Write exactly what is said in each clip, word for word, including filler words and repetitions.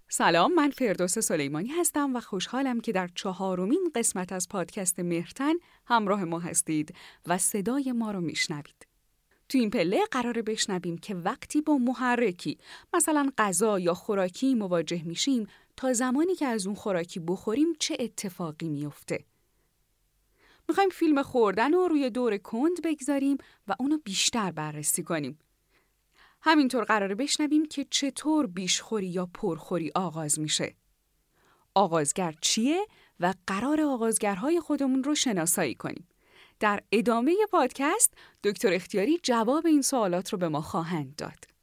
سلام، من فردوس سلیمانی هستم و خوشحالم که در چهارمین قسمت از پادکست مهرتن همراه ما هستید و صدای ما رو میشنوید. تو این پله قراره بشنویم که وقتی با محرکی مثلا غذا یا خوراکی مواجه میشیم تا زمانی که از اون خوراکی بخوریم چه اتفاقی میفته. میخوایم فیلم خوردن رو روی دور کند بگذاریم و اونو بیشتر بررسی کنیم. همینطور قراره بشنویم که چطور بیشخوری یا پرخوری آغاز میشه. آغازگر چیه و قرار آغازگرهای خودمون رو شناسایی کنیم. در ادامه پادکست دکتر اختیاری جواب این سوالات رو به ما خواهند داد.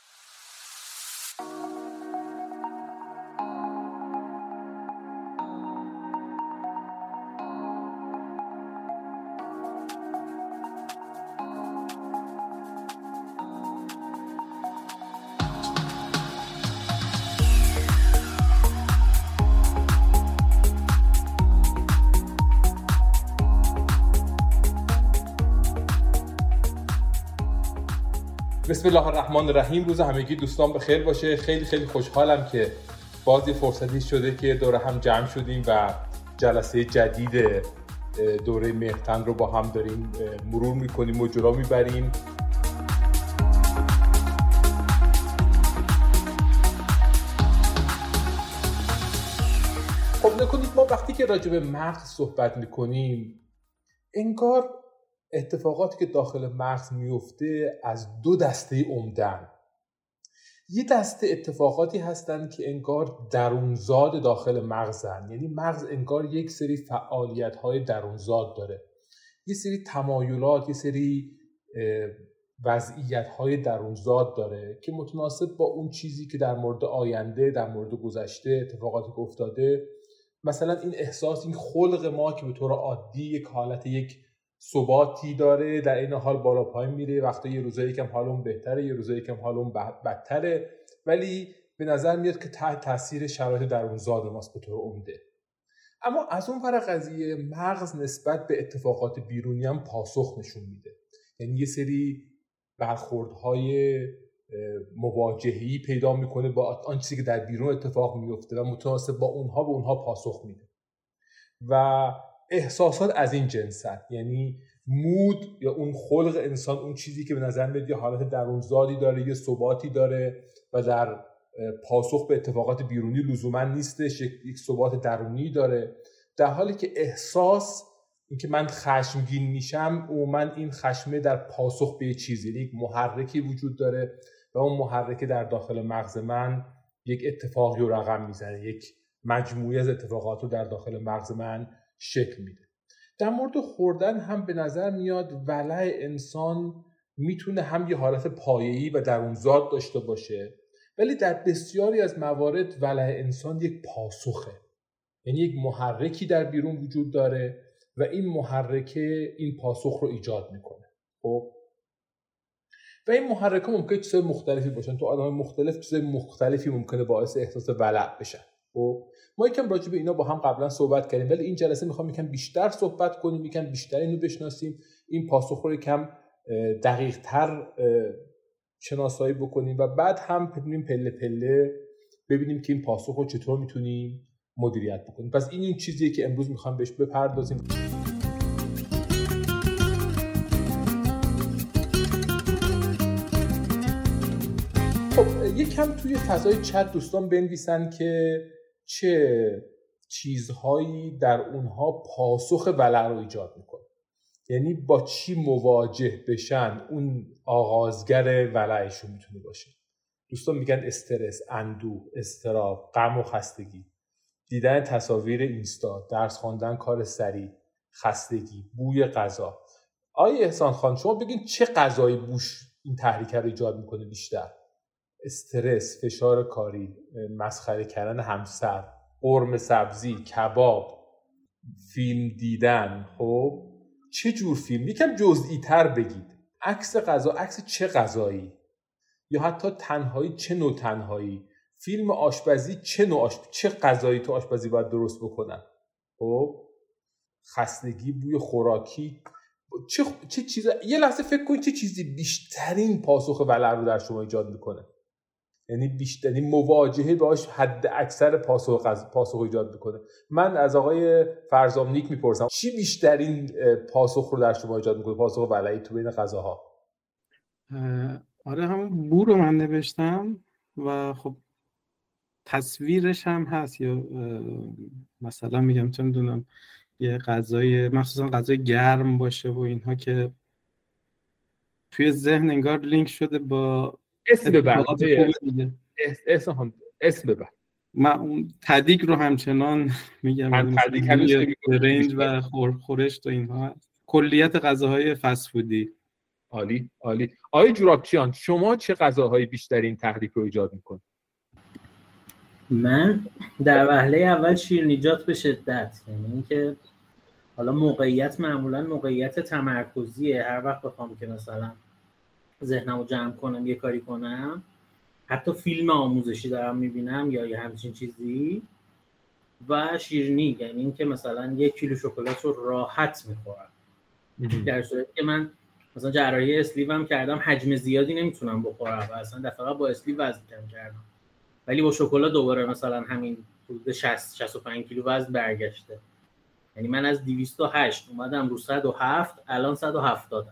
بسم الله الرحمن الرحیم. روز همگی دوستان بخیر باشه. خیلی خیلی خوشحالم که باز فرصتی شده که دور هم جمع شدیم و جلسه جدید دوره مهرتن رو با هم داریم مرور میکنیم و جلو میبریم. خب نکنید ما وقتی که راجع به مغز صحبت میکنیم انگار اتفاقاتی که داخل مغز میفته از دو دسته عمدن. یه دسته اتفاقاتی هستن که انگار درونزاد داخل مغزن، یعنی مغز انگار یک سری فعالیت‌های درونزاد داره، یه سری تمایلات، یه سری وضعیت‌های درونزاد داره که متناسب با اون چیزی که در مورد آینده، در مورد گذشته، اتفاقاتی که افتاده، مثلا این احساس، این خلق ما که به طور عادی یک حالت یک ثباتی داره، در این حال بالا پایین میره، وقتا یه روزایی یکم حالمون بهتره، یه روزایی یکم حالمون بدتره، ولی به نظر میاد که تحت تاثیر شرایط درونزاد ماست به طور عمده. اما از اون ور قضیه مغز نسبت به اتفاقات بیرونی هم پاسخ نشون میده، یعنی یه سری برخوردهای مواجهی پیدا میکنه با آن چیزی که در بیرون اتفاق میفته و متناسب با اونها به اونها پاسخ میده. و احساسات از این جنسن، یعنی مود یا اون خلق انسان، اون چیزی که به نظر میاد یه حالت درونزادی داره، یه ثباتی داره و در پاسخ به اتفاقات بیرونی لزوما نیستش، یک ثبات درونی داره، در حالی که احساس، این که من خشمگین میشم، عموما این خشمه در پاسخ به یه چیزی، یک محرکی وجود داره و اون محرک در داخل مغز من یک اتفاقی رو رقم میزنه، یک مجموعه از اتفاقات رو در داخل مغز من شکل میده. در مورد خوردن هم به نظر میاد ولع انسان میتونه هم یه حالت پایه‌ای و درونزاد داشته باشه، ولی در بسیاری از موارد ولع انسان یک پاسخه، یعنی یک محرکی در بیرون وجود داره و این محرکه این پاسخ رو ایجاد میکنه. خب و این محرکه ممکنه چیزای مختلفی باشن، تو آدم مختلف چیزای مختلفی ممکنه باعث احساس ولع بشن. خب ما یکم راجع به اینا با هم قبلا صحبت کردیم، ولی این جلسه میخوام یکم بیشتر صحبت کنیم، یکم بیشتر اینو بشناسیم، این پاسخ رو یکم دقیق تر شناسایی بکنیم و بعد هم ببینیم پله پله ببینیم که این پاسخ رو چطور میتونیم مدیریت بکنیم. پس این این چیزیه که امروز میخوام بهش بپردازیم. خب یکم توی فضای چت دوستان بنویسن که چه چیزهایی در اونها پاسخ ولع رو ایجاد میکنه، یعنی با چی مواجه بشن اون آغازگر ولعشون میتونه باشه. دوستان میگن استرس، اندوه، اضطراب، غم و خستگی، دیدن تصاویر اینستا، درس خواندن، کار سریع، خستگی، بوی غذا. آقای احسان خان شما بگین چه غذایی بوش این تحریک رو ایجاد میکنه بیشتر؟ استرس، فشار کاری، مسخره کردن همسر، قرمه سبزی، کباب، فیلم دیدن. خب چه جور فیلم؟ یکم جزئی تر بگید. عکس غذا، عکس چه غذایی؟ یا حتی تنهایی، چه نوع تنهایی؟ فیلم آشپزی، چه نوع آشپزی؟ چه غذایی تو آشپزی باید درست بکنن؟ خب خستگی، بوی خوراکی، چه چه چیزا؟ یه لحظه فکر کنید چه چیزی بیشترین پاسخ ولع رو در شما ایجاد میکنه. یعنی بیشتر یعنی مواجهه باش حد اکثر پاسخ پاسخ ایجاد میکنه. من از آقای فرزامنیک میپرسم چی بیشترین پاسخ رو در شما ایجاد میکنه، پاسخ ولعی تو بین غذاها؟ آره همون بو رو من نوشتم و خب تصویرش هم هست، یا مثلا میگم چه میدونم یه غذای مخصوصا غذای گرم باشه و اینها که توی ذهن انگار لینک شده با اسم ببر اسم اسم ببر من اون تدیگ رو همچنان میگم، من تدیگ همیشه رنج و خور خورش و اینها کلیت غذاهای فست فودی. عالی عالی. آقای جورابچیان شما چه غذاهای بیشترین تحریک رو ایجاد میکنید؟ من در وهله اول شیرینیجات به شدت، یعنی اینکه حالا موقعیت معمولا موقعیت تمرکزیه، هر وقت بخوام که مثلا ذهنمو جمع کنم یه کاری کنم، حتی فیلم آموزشی دارم میبینم یا یه همچین چیزی، و شیرینی یعنی اینکه مثلا یک کیلو شکلات رو راحت میخورم. در صورتی که من مثلا جراحی اسلیوم کردم حجم زیادی نمیتونم بخورم و اصلا دفعه با اسلیو وزن کم کردم، ولی با شکلات دوباره مثلا همین حدود شصت شصت و پنج کیلو وزن برگشته. یعنی من از دویست و هشت اومدم رو صد و هفت، الان صد و هفتاد.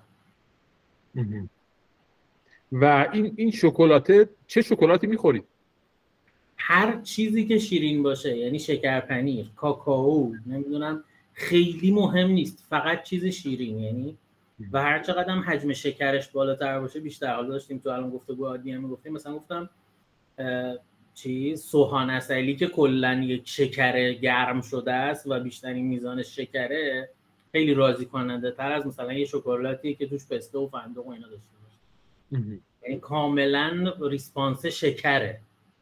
و این این شکلاته چه شکلاتی میخورید؟ هر چیزی که شیرین باشه، یعنی شکر پنیر، کاکائو، نمیدونم، خیلی مهم نیست، فقط چیز شیرین. یعنی و هر چقدر هم حجم شکرش بالاتر باشه بیشتر. حالا داشتیم تو الان گفتگو عادی هم گفتیم، مثلا گفتم چی سوهان عسلی که کلا یک شکر گرم شده است و بیشترین میزانش شکره، خیلی راضی کننده تر از مثلا یه شکلاتی که توش پسته و فندق و اینا داشته باشه. یعنی کاملا ریسپانس شکره.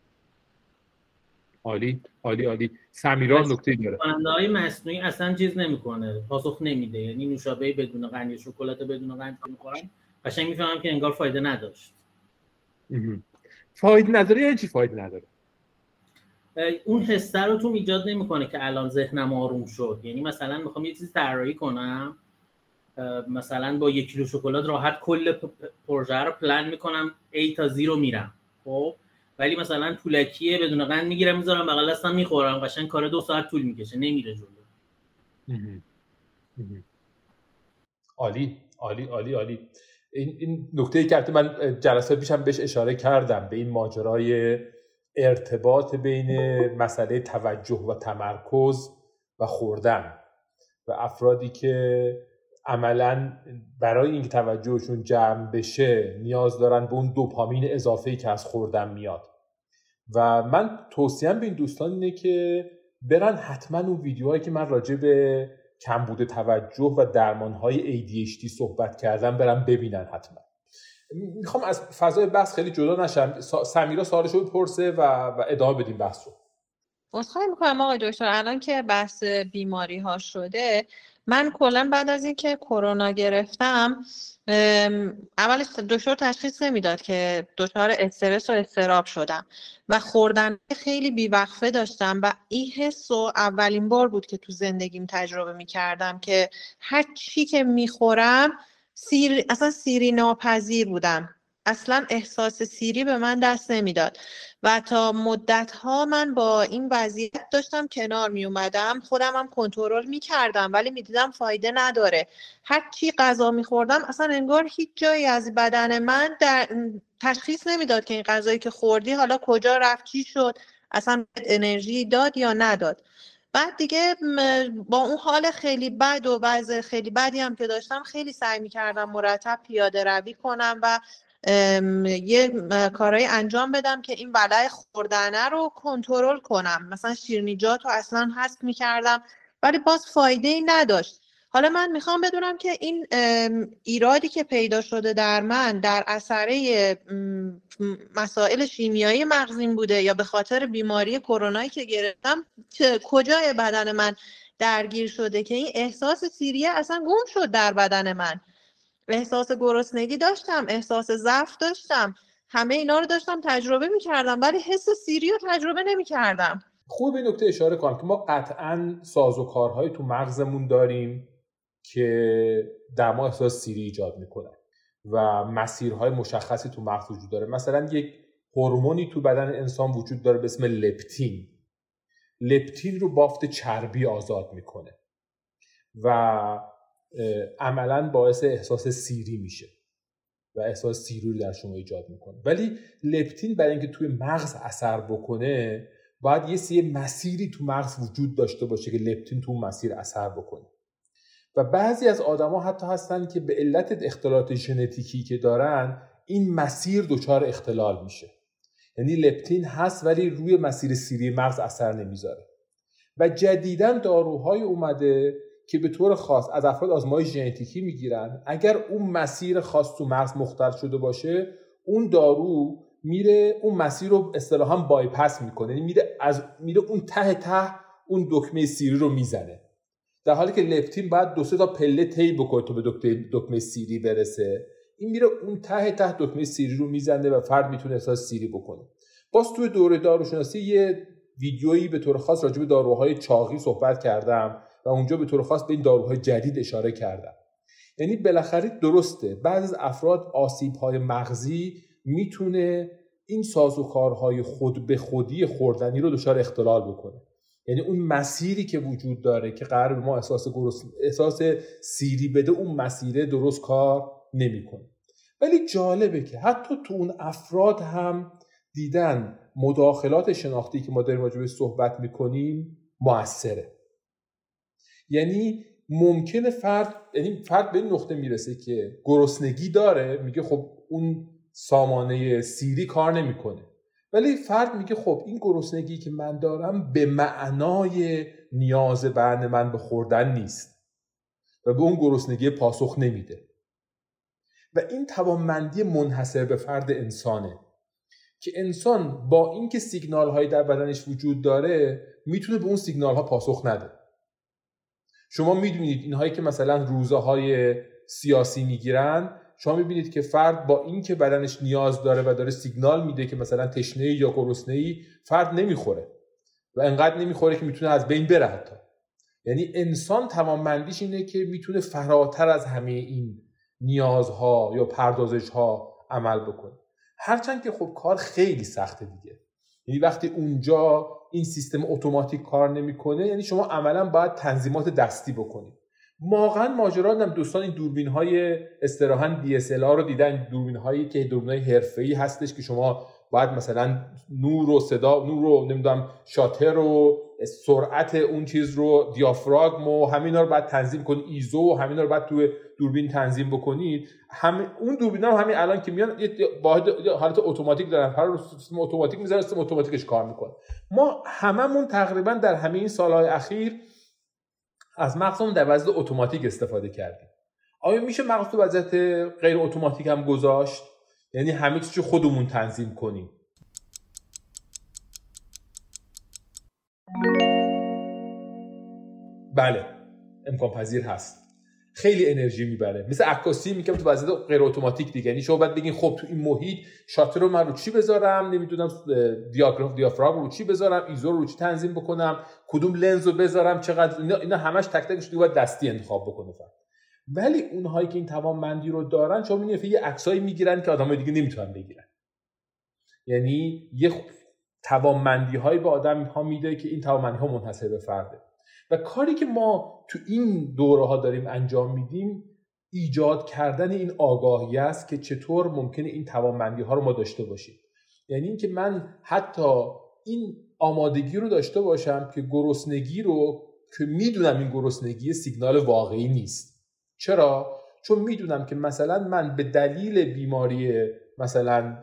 عالی عالی عالی. سمیرا نکته داره. کننده‌های مصنوعی اصلا چیز نمیکنه، پاسخ نمیده. یعنی نوشابه بدون قند، شکلات بدون قند میخورن، قشنگ میفهمم که انگار فایده نداشت. فایده نداره یعنی چی فایده نداره؟ اون حس رو تو ایجاد نمیکنه که الان ذهنم آروم شد. یعنی مثلا میخوام یه چیزی طراحی کنم، مثلا با یک کیلو شکلات راحت کل پروژه رو پلن میکنم A تا زیرو میرم، خب ولی مثلا پولکیه بدون قند میگیرم میذارم بغل دستم میخورم، قشنگ کار دو ساعت طول میکشه، نمیره جلو. عالی عالی عالی عالی. این این نکته‌ای که من جلسات پیشم بهش اشاره کردم، به این ماجرای ارتباط بین مسئله توجه و تمرکز و خوردن و افرادی که عملاً برای اینکه توجهشون جمع بشه نیاز دارن به اون دوپامین اضافه‌ای که از خوردن میاد. و من توصیه‌ام به این دوستان اینه که برن حتما اون ویدیوهایی که من راجع به کمبود توجه و درمان‌های ای دی اچ دی صحبت کردم برن ببینن حتما. میخوام از فضای بحث خیلی جدا نشم. سمیرا سوالشو بپرسه و, و ادامه بدیم بحث رو. عذرخواهی میکنم آقای دکتر، الان که بحث بیماری ها شده، من کلا بعد از اینکه کرونا گرفتم، اولش دکتر تشخیص نمیداد که دچار استرس و اضطراب شدم و خوردن خیلی بیوقفه داشتم و این حسو اولین بار بود که تو زندگیم تجربه میکردم که هر چی که میخورم سیر، اصلا سیری ناپذیر بودم، اصلا احساس سیری به من دست نمیداد و تا مدت‌ها من با این وضعیت داشتم کنار می اومدم، خودم هم کنترل می‌کردم ولی می‌دیدم فایده نداره. هر چی غذا می‌خوردم اصلا انگار هیچ جایی از بدن من در تشخیص نمیداد که این غذایی که خوردی حالا کجا رفت، چی شد، اصلا انرژی داد یا نداد. بعد دیگه با اون حال خیلی بد و وضع خیلی بدی هم که داشتم خیلی سعی می‌کردم مرتب پیاده روی کنم و یه کارهای انجام بدم که این ولع خوردنه رو کنترل کنم. مثلا شیرینیجات رو اصلا حذف می‌کردم ولی باز فایده ای نداشت. حالا من میخوام بدونم که این ایرادی که پیدا شده در من در اثر مسائل شیمیایی مغزیم بوده یا به خاطر بیماری کرونایی که گرفتم، کجای بدن من درگیر شده که این احساس سیریه اصلا گم شد در بدن من. احساس گرسنگی داشتم، احساس ضعف داشتم، همه اینا رو داشتم تجربه می‌کردم ولی حس سیری رو تجربه نمی‌کردم. خوب به نکته اشاره کنم که ما قطعاً سازوکارهایی تو مغزمون داریم که در ما احساس سیری ایجاد میکنن و مسیرهای مشخصی تو مغز وجود داره. مثلا یک هورمونی تو بدن انسان وجود داره به اسم لپتین. لپتین رو بافت چربی آزاد میکنه و عملاً باعث احساس سیری میشه و احساس سیری رو در شما ایجاد میکنه. ولی لپتین برای اینکه توی مغز اثر بکنه باید یه سری مسیری تو مغز وجود داشته باشه که لپتین تو اون مسیر اثر بکنه. و بعضی از آدما حتی هستن که به علت اختلالات ژنتیکی که دارن این مسیر دچار اختلال میشه. یعنی لپتین هست ولی روی مسیر سیری مغز اثر نمیذاره. و جدیداً داروهای اومده که به طور خاص از افراد آزمایش ژنتیکی میگیرن، اگر اون مسیر خاص تو مغز مختل شده باشه اون دارو میره اون مسیر رو اصطلاحاً بایپاس میکنه، یعنی میره از میره اون ته ته اون دکمه سیری رو میزنه، در حالی که لپتین باید دو سه تا پله طی بکنه تو به دکمه سیری برسه. این میره اون ته ته دکمه سیری رو میزنه و فرد میتونه احساس سیری بکنه. باز توی دوره داروشناسی یه ویدیویی به طور خاص راجع به داروهای چاقی صحبت کردم و اونجا به طور خاص به این داروهای جدید اشاره کردم. یعنی بالاخره درسته بعضی از افراد آسیب‌های مغزی میتونه این سازوکارهای خود به خودی خوردنی رو دچار اختلال بکنه. یعنی اون مسیری که وجود داره که قرار به ما احساس گرسنگی احساس سیری بده اون مسیره درست کار نمیکنه. ولی جالبه که حتی تو اون افراد هم دیدن مداخلات شناختی که ما داریم راجع بهش صحبت میکنیم موثره. یعنی ممکنه فرد یعنی فرد به این نقطه میرسه که گرسنگی داره، میگه خب اون سامانه سیری کار نمیکنه، ولی فرد میگه خب این گرسنگی که من دارم به معنای نیاز بدن من به خوردن نیست و به اون گرسنگی پاسخ نمیده. و این توانمندی منحصر به فرد انسانه که انسان با اینکه سیگنال هایی در بدنش وجود داره میتونه به اون سیگنال ها پاسخ نده. شما میدونید اینهایی که مثلا روزه های سیاسی میگیرن، شما میبینید که فرد با اینکه بدنش نیاز داره و داره سیگنال میده که مثلا تشنه‌ای یا گرسنه‌ای، فرد نمیخوره و انقدر نمیخوره که میتونه از بین بره حتی. یعنی انسان توانمندیش اینه که میتونه فراتر از همه این نیازها یا پردازش‌ها عمل بکنه. هرچند که خب کار خیلی سخته دیگه. یعنی وقتی اونجا این سیستم اتوماتیک کار نمیکنه، یعنی شما عملاً باید تنظیمات دستی بکنید. واقعا ماجرا دارم دوستان، این دوربین‌های اصطلاحاً دی اس ال آر رو دیدن، دوربین‌هایی که دوربین‌های حرفه‌ای هستش که شما باید مثلا نور و صدا نور رو نمیدونم شاتر و سرعت اون چیز رو دیافراگم و همینا رو باید تنظیم کنید، ایزو و همینا رو باید توی دوربین تنظیم بکنید. هم اون دوربینا هم همین الان که میان با حالت اتوماتیک دارن، هر رو سیستم اتوماتیک میذارن، سیستم اتوماتیکش کار میکنه. ما هممون تقریبا در همه این سالهای اخیر از مغزمون در وضعیت اتوماتیک استفاده کردیم. آیا میشه مغز تو وضعیت غیر اتوماتیک هم گذاشت؟ یعنی همه چیزو خودمون تنظیم کنیم؟ بله، امکان پذیر هست. خیلی انرژی میبره، مثل عکاسی میگم تو وضعیت غیر اتوماتیک دیگه. یعنی شما باید بگین خب تو این محیط شاتر رو من رو چی بذارم، نمیدونم دیافراگم دیافراگم رو چی بذارم، ایزو رو چی تنظیم بکنم، کدوم لنز رو بذارم، چقدر، اینا, اینا همش تک تکش دیگه باید دستی انتخاب بکنه فرد. ولی اونهایی که این توانمندی رو دارن، شما میبینید یه عکسایی میگیرن که آدمای دیگه نمیتونن بگیرن. یعنی یه توانمندی‌هایی به آدم‌ها میده که این توانمندی‌ها منحصر به فرده. و کاری که ما تو این دوره‌ها داریم انجام میدیم ایجاد کردن این آگاهی است که چطور ممکنه این توانمندی‌ها رو ما داشته باشیم. یعنی اینکه من حتی این آمادگی رو داشته باشم که گرسنگی رو که میدونم این گرسنگی سیگنال واقعی نیست. چرا؟ چون میدونم که مثلا من به دلیل بیماری مثلا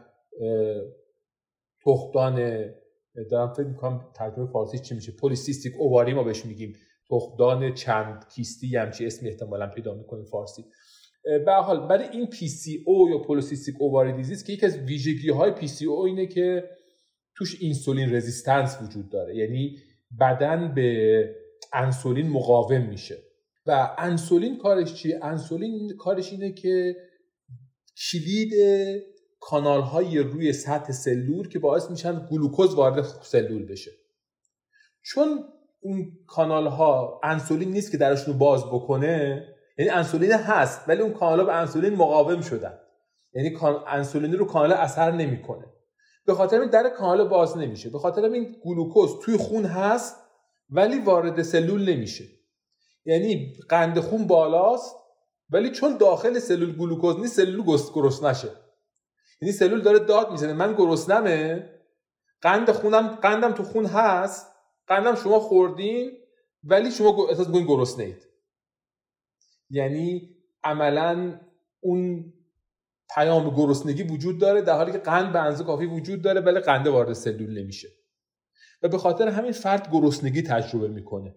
تخمدان، دارم فکر میکنم ترجمه فارسی چی میشه، پلیسیستیک اوواری ما بهش میگیم، تخمدان چند کیستی همچی اسمی احتمالاً پیدا میکنه فارسی. به هر حال برای این پی سی او یا پلیسیستیک اوواری دیزیز که یکی از ویژگی های پی سی او اینه که توش اینسولین رزिस्टنس وجود داره، یعنی بدن به انسولین مقاوم میشه. و انسولین کارش چیه؟ انسولین کارش اینه که کلید کانال های روی سطح سلول که باعث میشن گلوکوز وارد سلول بشه. چون اون کانال ها انسولین نیست که درشون باز بکنه، یعنی انسولین هست ولی اون کانال ها به انسولین مقاوم شدن، یعنی انسولین رو کانال اثر نمیکنه. به خاطر این در کانال باز نمیشه، به خاطر این گلوکوز توی خون هست ولی وارد سلول نمیشه. یعنی قند خون بالاست ولی چون داخل سلول گلوکوز نیست سلول گرسنه نشه. یعنی سلول داره داد میزنه من گرسنمه، قند خونم قندم تو خون هست، قندم شما خوردین ولی شما احساس می‌کنید گرسنه اید. یعنی عملاً اون پیام گرسنگی وجود داره در حالی که قند به اندازه کافی وجود داره ولی قند وارد سلول نمیشه و به خاطر همین فرد گرسنگی تجربه میکنه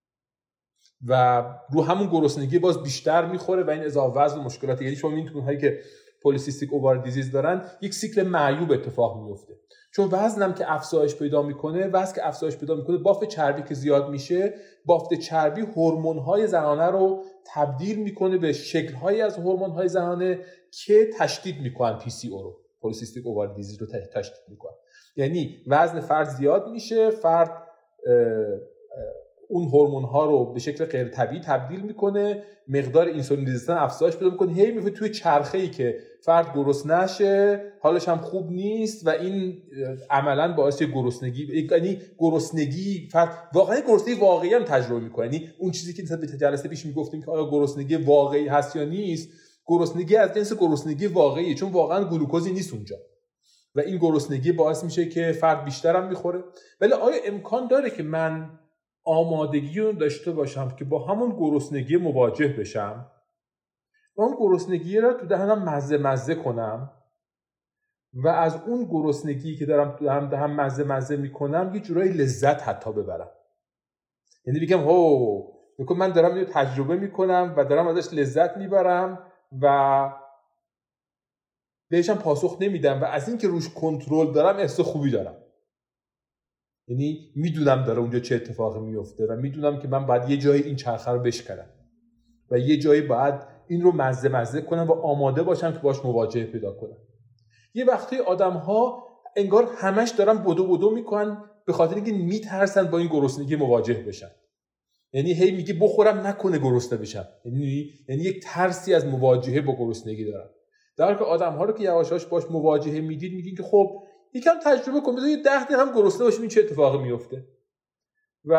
و رو همون گرسنگی باز بیشتر میخوره و این اضافه وزن و مشکلات. یعنی شما میبینید اونهایی که پلیسیستیک اووار دیزیز دارن یک سیکل معیوب اتفاق میفته، چون وزنم که افزایش پیدا میکنه، وزن که افزایش پیدا میکنه، بافت چربی که زیاد میشه، بافت چربی هورمون‌های زنانه رو تبدیل میکنه به شکل‌هایی از هورمون‌های زنانه که تشدید میکنن پی سی او رو، پلیسیستیک اووار دیزیز رو تشدید میکنن. یعنی وزن فرد زیاد میشه، فرد اون هورمون‌ها رو به شکل غیر طبیعی تبدیل میکنه، مقدار اینسولین رزिस्टنس افزایش پیدا میکنه، هی میفته توی چرخه‌ای که فرد گرسنه نشه، حالش هم خوب نیست و این عملاً باعث گرسنگی، یعنی گرسنگی فرد واقعا گرسنگی واقعی هم تجربه میکنه. یعنی اون چیزی که نسبت به جلسه پیش میگفتیم که آیا گرسنگی واقعی هست یا نیست، گرسنگی از جنس گرسنگی واقعیه، چون واقعا گلوکوزی نیست اونجا و این گرسنگی باعث میشه که فرد بیشتر هم میخوره. ولی آیا امکان داره که من آمادگی رو داشته باشم که با همون گرسنگی مواجه بشم و اون گرسنگی رو تو دهنم مزه مزه کنم و از اون گرسنگی که دارم تو دهنم مزه مزه میکنم یه جورایی لذت حتی ببرم؟ یعنی بگم هو میگم من دارم اینو تجربه میکنم و دارم ازش لذت میبرم و بهشم پاسخ نمیدم و از این که روش کنترل دارم احساس خوبی دارم. یعنی میدونم داره اونجا چه اتفاقی میفته و میدونم که من باید یه جایی این چرخه رو بشکنم و یه جایی باید این رو مزه مزه کنم و آماده باشم که باش مواجهه پیدا کنم. یه وقتی آدم‌ها انگار همش دارن بدو بدو میکنن به خاطر اینکه میترسن با این گرسنگی مواجه بشن. یعنی هی میگه بخورم نکنه گرسنه بشم. یعنی یعنی یک ترسی از مواجهه با گرسنگی دارن. در حالی که آدم‌ها رو که یواشاش باش مواجهه میدید میگین که خب یکم تجربه کن، بذار یه ده دقیقه هم گرسنه باشیم این چه اتفاقی میفته و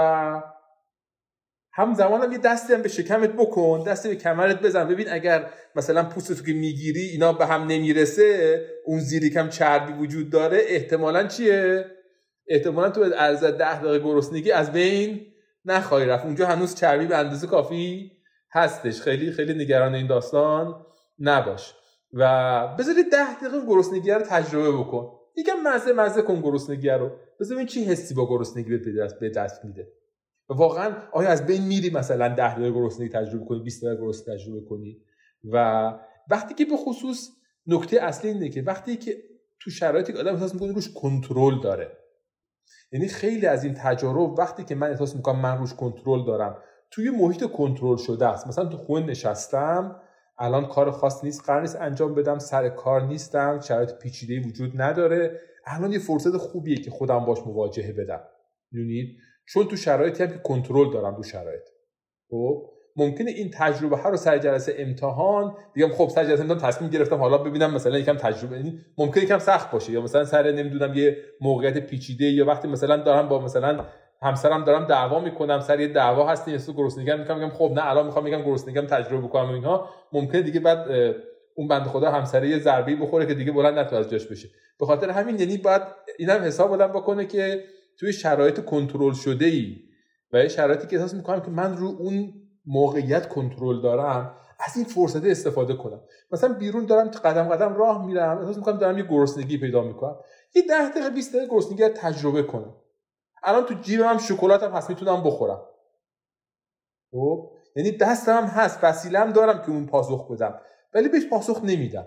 همزمان هم یه دستی هم به شکمت بکن، دستی به کمرت بزن، ببین اگر مثلا پوستتو که میگیری اینا به هم نمیرسه، اون زیری کم چربی وجود داره، احتمالاً چیه؟ احتمالاً تو به عرض ده دقیقه گرسنگی از بین نخواهی رفت، اونجا هنوز چربی به اندازه کافی هستش. خیلی خیلی نگران این داستان نباش و بذار ده دقیقه گرسنگی رو تجربه بکن، یکم مزه مزه کن گرسنگی رو، بذار ببین چی حسی با گرسنگی به دست به دست میده. واقعا آیا از بین میری مثلا ده دقیقه گرسنگی تجربه کنی، بیست دقیقه گرسنگی تجربه کنی؟ و وقتی که به خصوص نکته اصلی اینه که وقتی که تو شرایطی که آدم احساس میکنه روش کنترل داره، یعنی خیلی از این تجارب وقتی که من احساس میکنم من روش کنترل دارم، توی محیط کنترل شده است، مثلا تو خونه نشستم، الان کار خاص نیست قرار نیست انجام بدم، سر کار نیستم، شرایط پیچیده‌ای وجود نداره، الان یه فرصت خوبیه که خودم باش مواجهه بدم. می‌دونید چون تو شرایطی هم که کنترل دارم رو شرایط. خب ممکنه این تجربه ها رو سر جلسه امتحان بگم خب سر جلسه امتحان تصمیم گرفتم حالا ببینم مثلا یکم تجربه، یعنی ممکنه یکم سخت باشه، یا مثلا سر نمیدونم یه موقعیت پیچیده، یا وقتی مثلا دارم با مثلا همسرم دارم دعوا میکنم، سر یه دعوا هستیم، احساس گرسنگی میکنم، میگم خب نه الان میخوام میگم گرسنگیام تجربه بکنم و اینها، ممکنه دیگه بعد اون بنده خدا همسره یه ضربه‌ای بخوره که دیگه بلند نتونه از جاش بشه. به خاطر همین یعنی باید اینم حساب آدم بکنه که توی شرایط کنترل شده‌ای و شرایطی که احساس میکنم که من رو اون موقعیت کنترل دارم، از این فرصت استفاده کنم. مثلا بیرون دارم قدم قدم راه میرم، احساس میکنم دارم یه گرسنگی پیدا میکنم، یه ده دقیقه بیست دقیقه گرسنگی رو تجربه کنم. الان تو جیبم هم شکلاتم هست میتونم بخورم. خب یعنی دستم هم هست، وسیله‌ام دارم که اون پاسخ بدم، ولی بهش پاسخ نمیدم.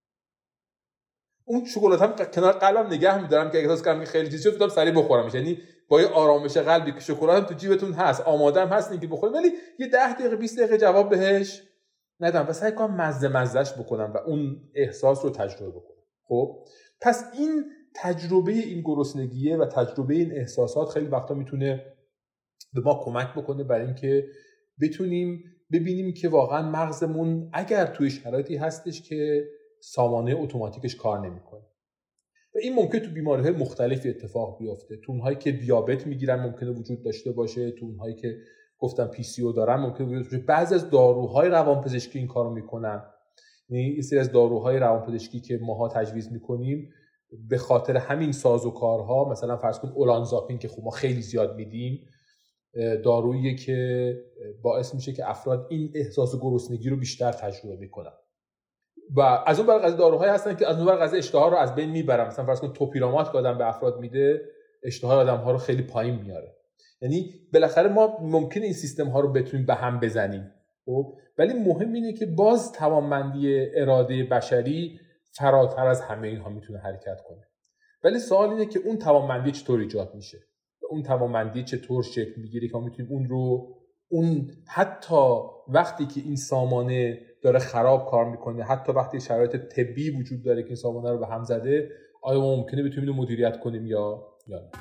اون شکلاتم کنار قلبم نگه می‌دارم که اگه احساس کنم که خیلی چیز شد بدم سریع بخورمش. یعنی با یه آرامش قلبی که شکلاتم تو جیبتون هست، آماده هم هستین که بخورید، ولی یه ده دقیقه بیست دقیقه جواب بهش ندم و سعی کنم مزه مزهش بکنم و اون احساس رو تجربه بکنم. خب پس این تجربه این گرسنگیه و تجربه این احساسات خیلی وقتا میتونه به ما کمک بکنه برای اینکه بتونیم ببینیم که واقعا مغزمون اگر توی شرایطی هستش که سامانه اتوماتیکش کار نمیکنه. و این ممکنه تو بیماری‌های مختلفی اتفاق بیفته. تو اونهایی که دیابت میگیرن ممکنه وجود داشته باشه، تو اونهایی که گفتم پی سی او دارن ممکنه وجود داشته باشه. بعضی از داروهای روانپزشکی این کارو میکنن. یعنی این سری از داروهای روانپزشکی که ماها تجویز میکنیم به خاطر همین سازوکارها، مثلا فرض کن اولانزاپین که خب ما خیلی زیاد میدیم، دارویی که باعث میشه که افراد این احساس گرسنگی رو بیشتر تجربه میکنن. و از اون برای داروهایی هستن که از اون برای اشتها رو از بین میبرن. مثلا فرض کن توپیرامات که آدم به افراد میده اشتهای آدم‌ها رو خیلی پایین میاره. یعنی بالاخره ما ممکنه این سیستم ها رو بتونیم به هم بزنیم، خب ولی مهم اینه که باز توانمندی اراده بشری فراتر از همه اینها میتونه حرکت کنه. ولی سوال اینه که اون توانمندی چطور ایجاد میشه؟ اون توانمندی چطور شکل میگیره که ما میتونیم اون رو اون حتی وقتی که این سامانه داره خراب کار میکنه، حتی وقتی شرایط طبی وجود داره که این سامانه رو به هم زده، آیا ما ممکنه بتونیم اینو مدیریت کنیم یا یا نه؟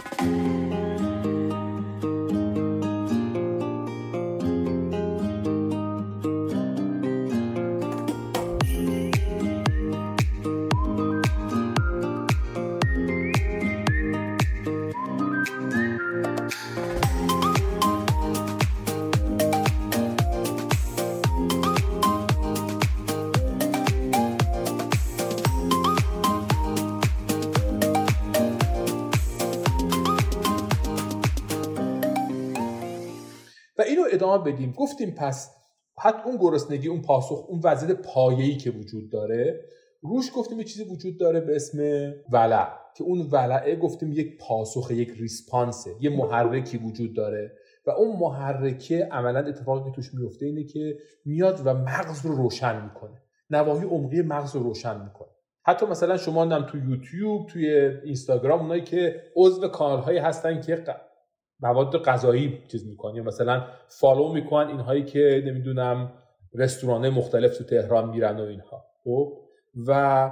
و اینو ادامه بدیم. گفتیم پس حتی اون گرسنگی، اون پاسخ، اون وضعیت پایه‌ای که وجود داره، روش گفتیم یه چیزی وجود داره به اسم ولع، که اون ولعه گفتیم یک پاسخ، یک ریسپانسه، یه محرکی وجود داره و اون محرکه عملا اتفاقی که توش میفته اینه که میاد و مغز رو روشن میکنه، نواحی عمقی مغز رو روشن میکنه. حتی مثلا شما هم تو یوتیوب، توی اینستاگرام، اونایی که عضو کانال‌هایی هستن که مواد غذایی چیز میکنن یا مثلا فالو میکنن اینهایی که نمیدونم رستوران مختلف تو تهران میرن و اینها، خب و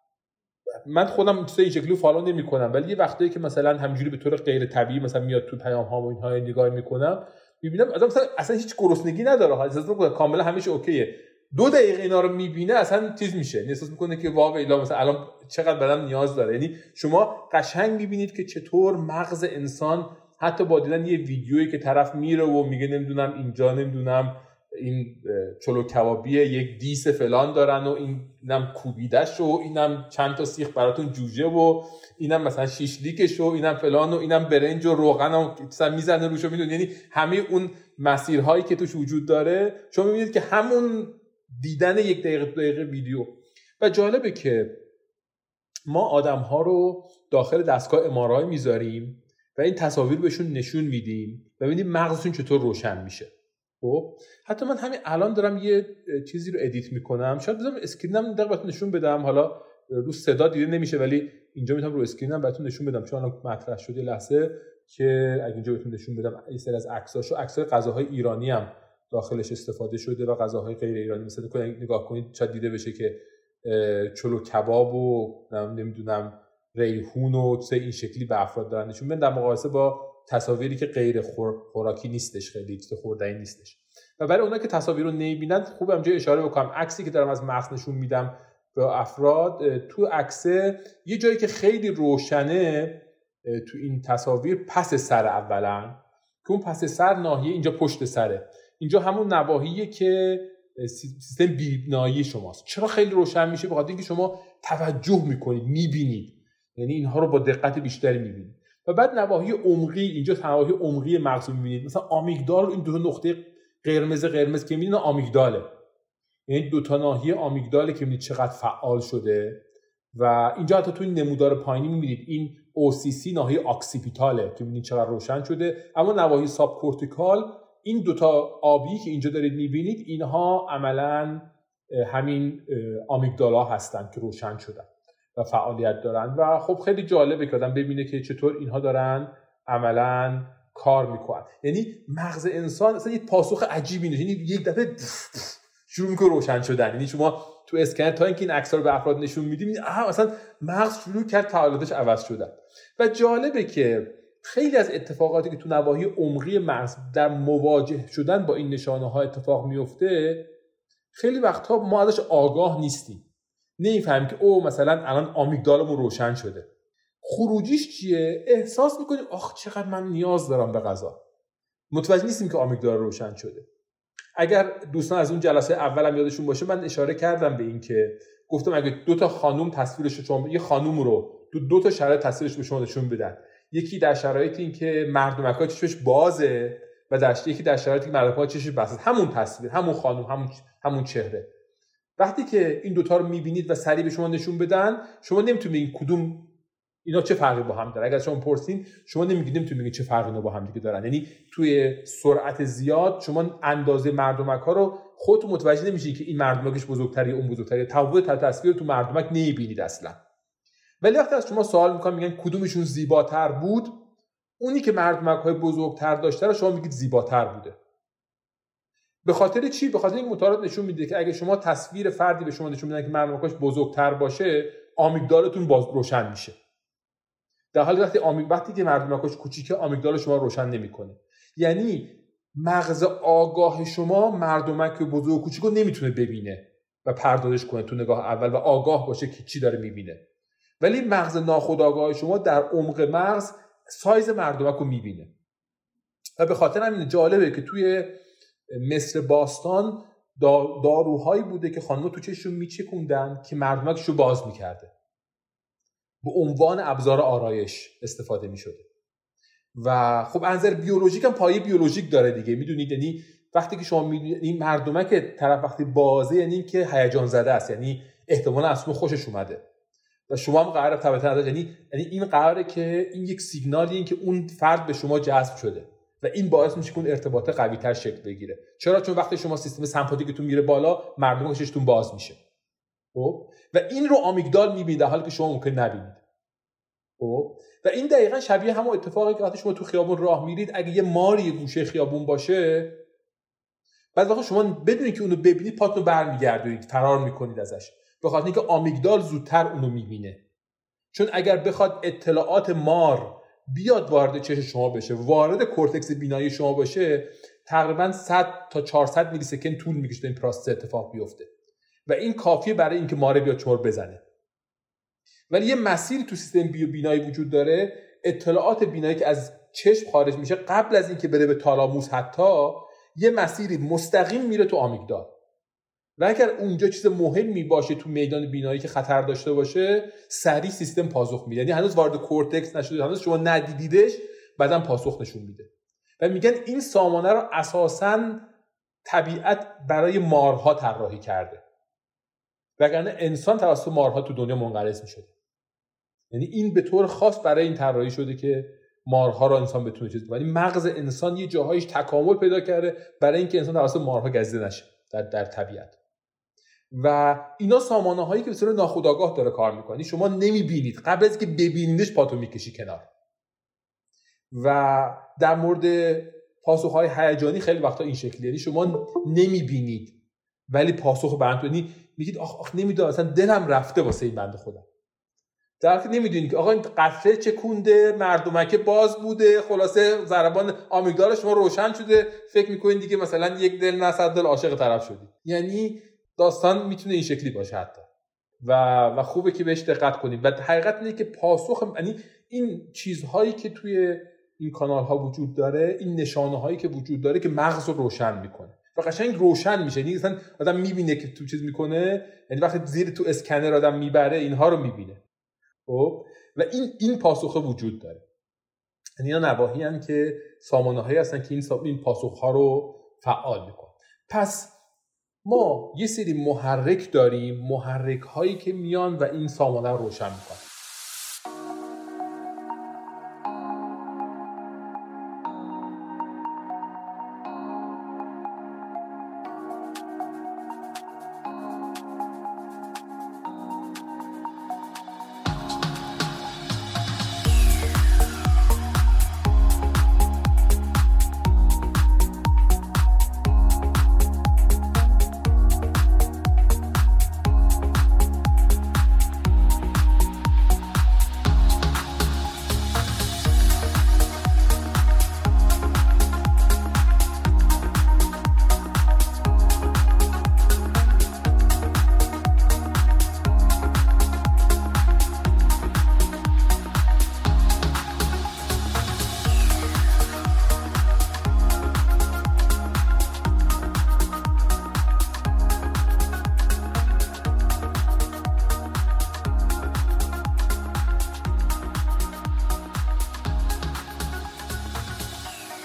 من خودم چیزای این شکلی فالو نمیکنم، ولی یه وقتایی که مثلا همینجوری به طور غیر طبیعی مثلا میاد تو پیام ها و اینها نگاه میکنم، میبینم آدم مثلا اصلا هیچ گرسنگی نداره، احساس میکنه کاملا همیشه اوکیه. دو دقیقه اینا رو میبینه اصلا چیز میشه، احساس میکنه که واو الا مثلا الان چقدر بدن نیاز داره. یعنی شما قشنگ میبینید که چطور مغز انسان حتی با دیدن یه ویدیویی که طرف میره و میگه نمیدونم اینجا نمیدونم این چلو کبابیه یک دیس فلان دارن و اینم کوبیدش و اینم چند تا سیخ براتون جوجه و اینم مثلا شیشلیکش و اینم فلان و اینم برنج و روغن و مثلا میزنه روشو، میدونید یعنی همه اون مسیرهایی که توش وجود داره شما میبینید که همون دیدن یک دقیقه دو دقیقه ویدیو. و جالبه که ما آدم‌ها رو داخل دستگاه ام آر آی میذاریم و این تصاویر بهشون نشون میدیم و ببینیم مغزشون چطور روشن میشه. خب حتی من همین الان دارم یه چیزی رو ادیت میکنم، شاید بذارم اسکرینم دقیقاً بهتون نشون بدم، حالا رو صدا دیده نمیشه ولی اینجا میتونم رو اسکرینم بهتون نشون بدم چون الان مطرح شده لحظه که اگه اینجا بهتون نشون بدم این سری از عکساشو، عکسای غذاهای ایرانی هم داخلش استفاده شده و غذاهای غیر ایرانی، مثلا نگاه کنید شاید دیده بشه که چلو کباب و نمیدونم ریحون و چه این شکلی به افراد دارن نشون میدن، در مقایسه با تصاویری که غیر خوراکی نیستش، خیلی چیز خوردنی نیستش. و برای اونایی که تصاویر رو نمیبینن خوبه اینجا اشاره بکنم، عکسی که دارم از مغز نشون میدم به افراد، تو عکس یه جایی که خیلی روشنه تو این تصاویر پس سر اولا، که اون پس سر ناحیه اینجا پشت سره، اینجا همون نواحیه که سیستم بینایی شماست. چرا خیلی روشن میشه؟ بخاطر اینکه شما توجه میکنید، میبینید، یعنی اینها رو با دقت بیشتری میبینید. و بعد نواحی عمقی، اینجا نواحی عمقی مغز رو میبینید، مثلا آمیگدال، این دو تا نقطه قرمز قرمز که میبینید آمیگداله، یعنی دو تا ناحیه آمیگداله که میبینید چقدر فعال شده. و اینجا حتی تو این نمودار پایینی میبینید این او سی سی ناحیه آکسیپیتاله که میبینید چقدر روشن شده. اما نواحی ساب کورتیکال، این دو تا آبی که اینجا دارید میبینید، اینها عملاً همین آمیگدالا هستن که روشن شدن و فعالیت دارن. و خب خیلی جالبه که آدم ببینه که چطور اینها دارن عملاً کار میکنن. یعنی مغز انسان اصلا یه پاسخ عجیبی نیست، یعنی یک دفعه شروع میکنه روشن شدن. یعنی شما تو اسکن تا اینکه این عکس‌ها رو به افراد نشون میدیم، آها مثلا مغز شروع کرد فعالیتش عوض شدن. و جالبه که خیلی از اتفاقاتی که تو نواحی عمقی مغز در مواجه شدن با این نشانه‌ها اتفاق میفته، خیلی وقتها ما ازش آگاه نیستیم، نمیفهمیم که او مثلا الان آمیگدالمون روشن شده. خروجیش چیه؟ احساس میکنیم آخ چقدر من نیاز دارم به غذا. متوجه نیستیم که آمیگدالا روشن شده. اگر دوستان از اون جلسه اولم یادشون باشه من اشاره کردم به این که گفتم اگه دو تا خانم تصویرش رو شما یه خانم رو دو, دو تا شرایط تصویرش به شما نشون بدن، یکی در شرایطی این که مردمک‌ها چشمش بازه و در یکی در شرایطی که مردمک‌ها چشمش بسته، همون تصویر، همون خانم، همون همون چهره. وقتی که این دوتا رو می‌بینید و سریع به شما نشون بدن، شما نمی‌تونید بگید کدوم اینا چه فرقی با هم داره. اگر شما پرسین شما نمیگید نمیتونید بگید چه فرقی اینا با هم دیگه دارن. یعنی توی سرعت زیاد شما اندازه مردمک‌ها رو خودتون متوجه نمیشید که این مردمکش بزرگتره یا اون بزرگتره. تفاوت تصویر تو مردمک نمیبینید اصلا. ولی وقتی از شما سوال میکنن میگن کدومشون زیباتر بود، اونی که مردمک‌های بزرگتر داشته رو شما میگید زیباتر بوده. به خاطر چی؟ به خاطر این مطالعات نشون میده که اگه شما تصویر فردی به شما نشون میدن که مردمک‌هاش بزرگتر باشه، آمیگدالتون باز روشن میشه. در حالی وقتی آمیگ وقتی که مردمک‌هاش کوچیکه، آمیگدال شما روشن نمیکنه. یعنی مغز آگاه شما مردمک بزرگ و کوچیک رو نمیتونه ببینه و پردازش کنه تو نگاه اول و آگاه باشه که چی داره میبینه. ولی مغز ناخودآگاه شما در عمق مغز سایز مردمک رو میبینه. و به خاطر همین جالبه که توی مصر باستان داروهایی بوده که خانم‌ها تو چشمشون میچکوندن که مردمکشو باز میکرده. به عنوان ابزار آرایش استفاده میشده. و خب از نظر بیولوژیک هم پایه بیولوژیک داره دیگه، میدونید. یعنی وقتی که شما میدونید این مردمک طرف وقتی بازه، یعنی که هیجان زده است، یعنی احتمالاً اصلا خوشش اومده و شما هم قراره تبعیت نداره. یعنی یعنی این قراره که این یک سیگنالیه که اون فرد به شما جذب شده و این باعث میشه که اون ارتباط قوی تر شکل بگیره. چرا؟ چون وقتی شما سیستم سمپاتیکتون میره بالا، مردمکشتون باز میشه. خب و این رو آمیگدال میبینه در حالی که شما ممکن نبینید. خب و این دقیقاً شبیه همون اتفاقی که وقتی شما تو خیابون راه میرید، اگه یه ماری گوشه خیابون باشه، بعد وقتی شما بدونید که اونو ببینید، پاتون برمیگردونید، فرار میکنید ازش، به خاطر اینکه آمیگدال زودتر اونو میبینه. چون اگر بخواد اطلاعات مار بیاد وارد چشم شما بشه، وارد کورتکس بینایی شما باشه، تقریباً صد تا چهارصد میلی سکند طول میکشه تا این پروسه اتفاق بیفته و این کافیه برای اینکه ماره بیاد شما رو بزنه. ولی یه مسیری تو سیستم بیو بینایی وجود داره، اطلاعات بینایی که از چشم خارج میشه قبل از اینکه بره به تالاموس، حتی یه مسیری مستقیم میره تو آمیگدال و اگر اونجا چیز مهمی باشه تو میدان بینایی که خطر داشته باشه، سریع سیستم پاسخ میده. یعنی هنوز وارد کورتکس نشده، هنوز شما ندیدیدش، بعدم پاسخ نشون میده. و میگن این سامانه رو اساساً طبیعت برای مارها طراحی کرده، وگرنه انسان توسط مارها تو دنیا منقرض میشده. یعنی این به طور خاص برای این طراحی شده که مارها رو انسان بتونه چیز کنه. یعنی مغز انسان یه جاهایش تکامل پیدا کرده برای اینکه انسان توسط مارها گزیده نشه در در طبیعت. و اینا سامانه هایی که به صورت ناخودآگاه داره کار میکنه، شما نمیبینید، قبل از که ببینیدش پاتو میکشی کنار. و در مورد پاسخهای هیجانی خیلی وقتا این شکلیه، یعنی شما نمیبینید ولی پاسخ به انتونی میگید آخ آخ نمیدونم، مثلا دلم رفته واسه این بنده خدا، در حالی که نمیدونید که آقا این قطره چکونده، مردمک باز بوده، خلاصه ضربان آمیگدال شما روشن شده، فکر میکنید دیگه مثلا یک دل نه صد دل عاشق طرف شدید. یعنی داستان میتونه این شکلی باشه حتی و و خوبه که بهش دقت کنید. و حقیقت اینه که پاسخ، یعنی این چیزهایی که توی این کانال ها وجود داره، این نشانه هایی که وجود داره که مغز رو روشن میکنه و قشنگ روشن میشه. یعنی مثلا آدم میبینه که تو چیز میکنه، یعنی وقتی زیر تو اسکنر آدم میبره اینها رو میبینه. خب و این این پاسخ وجود داره. یعنی اینا نواحی هستن که سامانه هایی هستن که این این پاسخ ها رو فعال میکنن. پس ما یه سری محرک داریم، محرک هایی که میان و این سامانه رو روشن میکنن.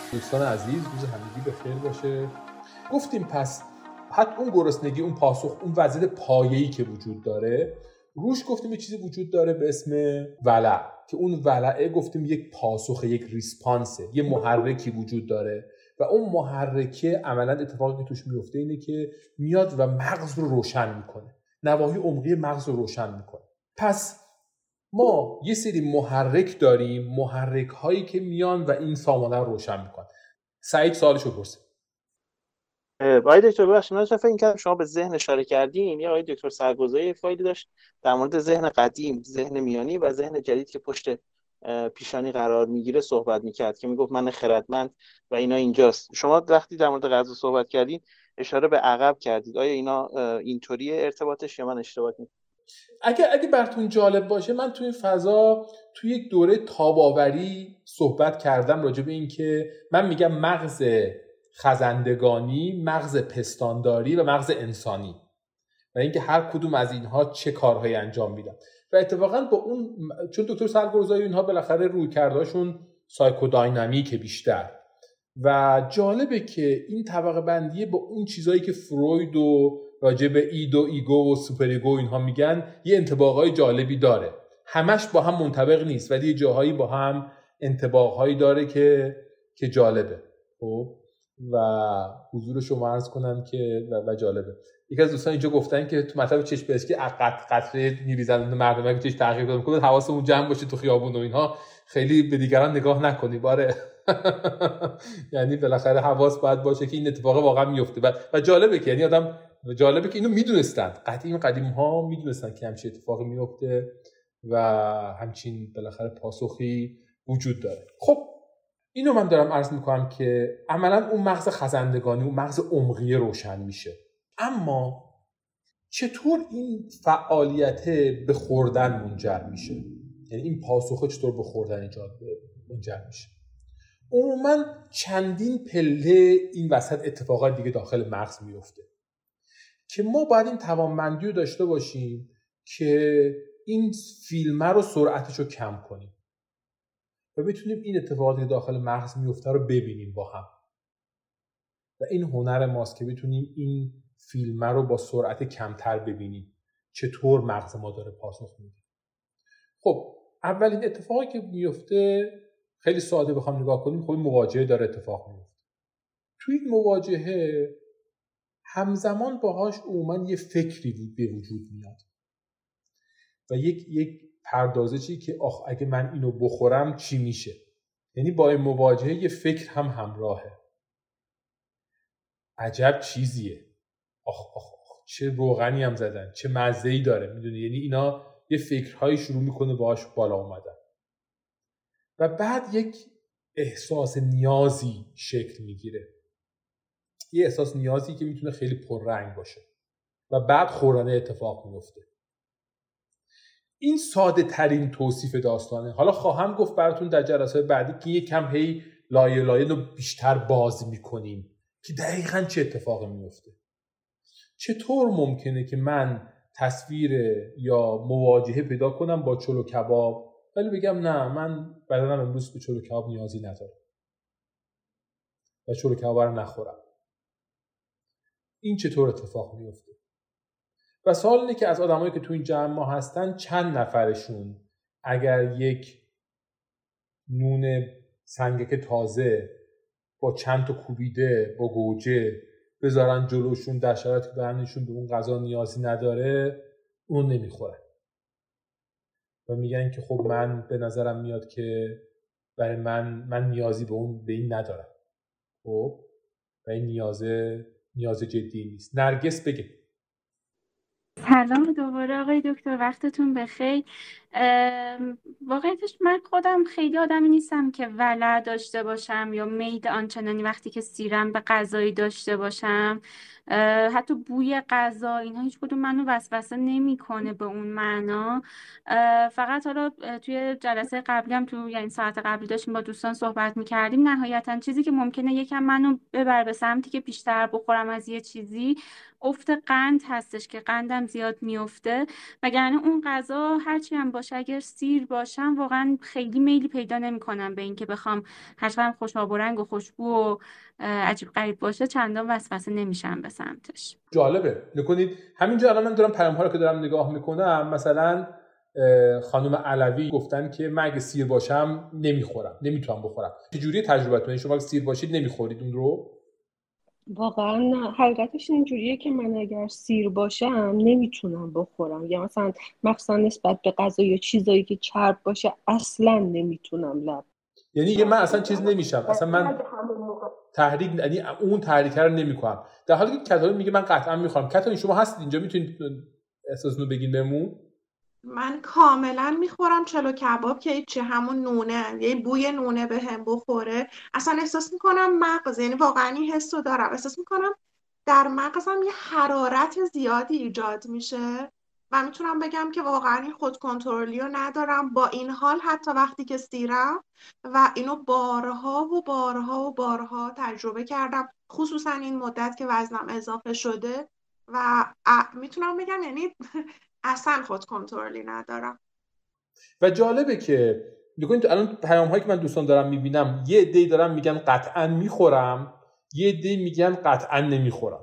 دوستان عزیز، روز همگی بخیر باشه. گفتیم پس حتی اون گرسنگی، اون پاسخ، اون وضعیت پایه‌ای که وجود داره، روش گفتیم یه چیزی وجود داره به اسم ولع، که اون ولعه گفتیم یک پاسخ، یک ریسپانسه، یه محرکی وجود داره و اون محرکه عملا اتفاقی که توش میفته اینه که میاد و مغز رو روشن میکنه، نواحی عمقی مغز رو روشن میکنه. پس ما یه سری محرک داریم، محرک هایی که میان و این سامانه رو روشن میکنن. سعید سوالشو پرسه. آقای دکتر ببخشید، من فکر می‌کردم شما به ذهن اشاره کردین، یا آقای دکتر سرگذاری فایلی داشت در مورد ذهن قدیم، ذهن میانی و ذهن جدید که پشت پیشانی قرار میگیره صحبت میکرد که میگفت من خردمند و اینا اینجاست. شما وقتی در مورد غذا صحبت کردین اشاره به عقب کردید، آیا اینا اینطوریه ارتباطش یا من اشتباه میکنم؟ اگه اگه براتون جالب باشه، من توی این فضا توی یک دوره تاب‌آوری صحبت کردم راجع به این که من میگم مغز خزندگانی، مغز پستانداری و مغز انسانی و اینکه هر کدوم از اینها چه کارهایی انجام میدن. و اتفاقا با اون، چون دکتر سرگرزایی اینها بالاخره رویکرداشون سایکودینامیکه بیشتر و جالبه که این طبقه بندی با اون چیزایی که فروید و راجع به اید و ایگو و سوپر ایگو اینها میگن یه انطباقای جالبی داره. همش با هم منطبق نیست ولی جاهایی با هم انطباقهایی داره که که جالبه. خب و حضور شما عرض کنم که و, و جالبه. یکی از دوستان اینجا گفتن که تو مطلب چشم پزشکی قطع قطره میریزن مردم که چش تحقیق میکنه، حواسمون جمع باشه تو خیابون و اینها، خیلی به دیگران نگاه نکنی باره. یعنی بالاخره حواس باید باشه که این اتفاق واقعا میفته و, و جالبه که یعنی آدم جالبه که اینو میدونستن، قدیم قدیم ها میدونستن که همچین اتفاقی میفته و همچین بالاخره پاسخی وجود داره. خب اینو من دارم عرض میکنم که عملا اون مغز خزندگانی، اون مغز عمقی روشن میشه. اما چطور این فعالیت به خوردن منجر میشه؟ یعنی این پاسخ چطور به خوردن ایجاد منجر میشه؟ عموما چندین پله این وسط اتفاقات دیگه داخل مغز میفته که ما باید این توانمندی رو داشته باشیم که این فیلمه رو سرعتش رو کم کنیم و بتونیم این اتفاقاتی که داخل مغز میفته رو ببینیم با هم. و این هنر ماست که بتونیم این فیلمه رو با سرعت کمتر ببینیم، چطور مغز ما داره پاسخ میده. خب اولین اتفاقی که میفته خیلی ساده بخوام نگاه کنیم، خب این مواجهه داره اتفاق میفته. توی این مواجهه همزمان باهاش عموما یه فکری به وجود میاد و یک یک پردازشی که آخ اگه من اینو بخورم چی میشه. یعنی با این مواجهه یه فکر هم همراهه. عجب چیزیه، آخ آخ آخ چه روغنی هم زدن، چه مزه‌ای داره، میدونی. یعنی اینا یه فکرهایی شروع میکنه باهاش بالا اومدن و بعد یک احساس نیازی شکل میگیره، یه احساس نیازی که میتونه خیلی پررنگ باشه و بعد خوردن اتفاق میفته. این ساده ترین توصیف داستانه. حالا خواهم گفت براتون در جلسات بعدی که یک کم هی لایه لایه رو بیشتر باز میکنیم که دقیقاً چه اتفاقی میفته. چطور ممکنه که من تصویر یا مواجهه پیدا کنم با چلو کباب ولی بگم نه من بدنم امروز به چلو کباب نیازی نداره و چلو کباب رو نخورم. این چطور اتفاق میفته؟ و سوال اینه که از آدمایی که تو این جمع ما هستن چند نفرشون اگر یک نون سنگک تازه با چند تا کوبیده با گوجه بذارن جلوشون در شرایطی که بدنشون به اون غذا نیازی نداره اون نمیخورن و میگن که خب من به نظرم میاد که برای من من نیازی به اون به این ندارم. خب و این نیازه نیاز جدی نیست. نرگس بگه. سلام دوباره آقای دکتر، وقتتون بخیر. واقعیتش من خودم خیلی آدمی نیستم که ولع داشته باشم یا میل آنچنانی وقتی که سیرم به غذایی داشته باشم. حتی بوی غذا اینها هیچ کدوم منو وسوسه نمیکنه به اون معنا. فقط حالا توی جلسه قبلی هم تو یعنی ساعت قبلی داشتیم با دوستان صحبت میکردیم، نهایتا چیزی که ممکنه یکم منو ببره به سمتی که بیشتر بخورم از یه چیزی افت قند هستش که قندم زیاد میفته، وگرنه اون غذا هرچی هم باشه اگر سیر باشم واقعا خیلی میلی پیدا نمیکنم به این که بخوام هرچقدر خوشاب و رنگ و خوشبو و عجیب غریب باشه چندان وسوسه نمیشم به سمتش. جالبه. نکنید همینجا الان من دارم پیام ها رو که دارم نگاه میکنم، مثلا خانم علوی گفتن که من اگه سیر باشم نمیخورم، نمیتونم بخورم. چجوری تجربتونه؟ شما اگه سیر باشید نمیخورید اون رو؟ واقعا نه، حقیقتش اینجوریه که من اگر سیر باشم نمیتونم بخورم، یا مثلا مخصوصا نسبت به غذا یا چیزایی که چرب باشه اصلا نمیتونم لب. یعنی یه من اصلا چیز نمیشم، اصلا من تحریک، یعنی اون تحریک رو نمیکنم، در حالی که کتابی میگه من قطعا میخورم. کتابی شما هستید اینجا میتونید احساستون رو بگین بهمون؟ من کاملا میخورم چلو کباب که هیچی، همون نونه، یه بوی نونه به هم بخوره اصلا احساس میکنم مغز، یعنی واقعا این حس رو دارم، احساس میکنم در مغزم یه حرارت زیادی ایجاد میشه و میتونم بگم که واقعا این خود کنترلی رو ندارم. با این حال حتی وقتی که سیرم و اینو بارها و بارها و بارها تجربه کردم، خصوصا این مدت که وزنم اضافه شده و میتونم بگم یعنی اصلا خود کنترلی ندارم. و جالبه که ببینید الان پیام هایی که من دوستان دارم میبینم، یه عده‌ای دارن میگن قطعا میخورم، یه عده‌ای میگن قطعا نمیخورم.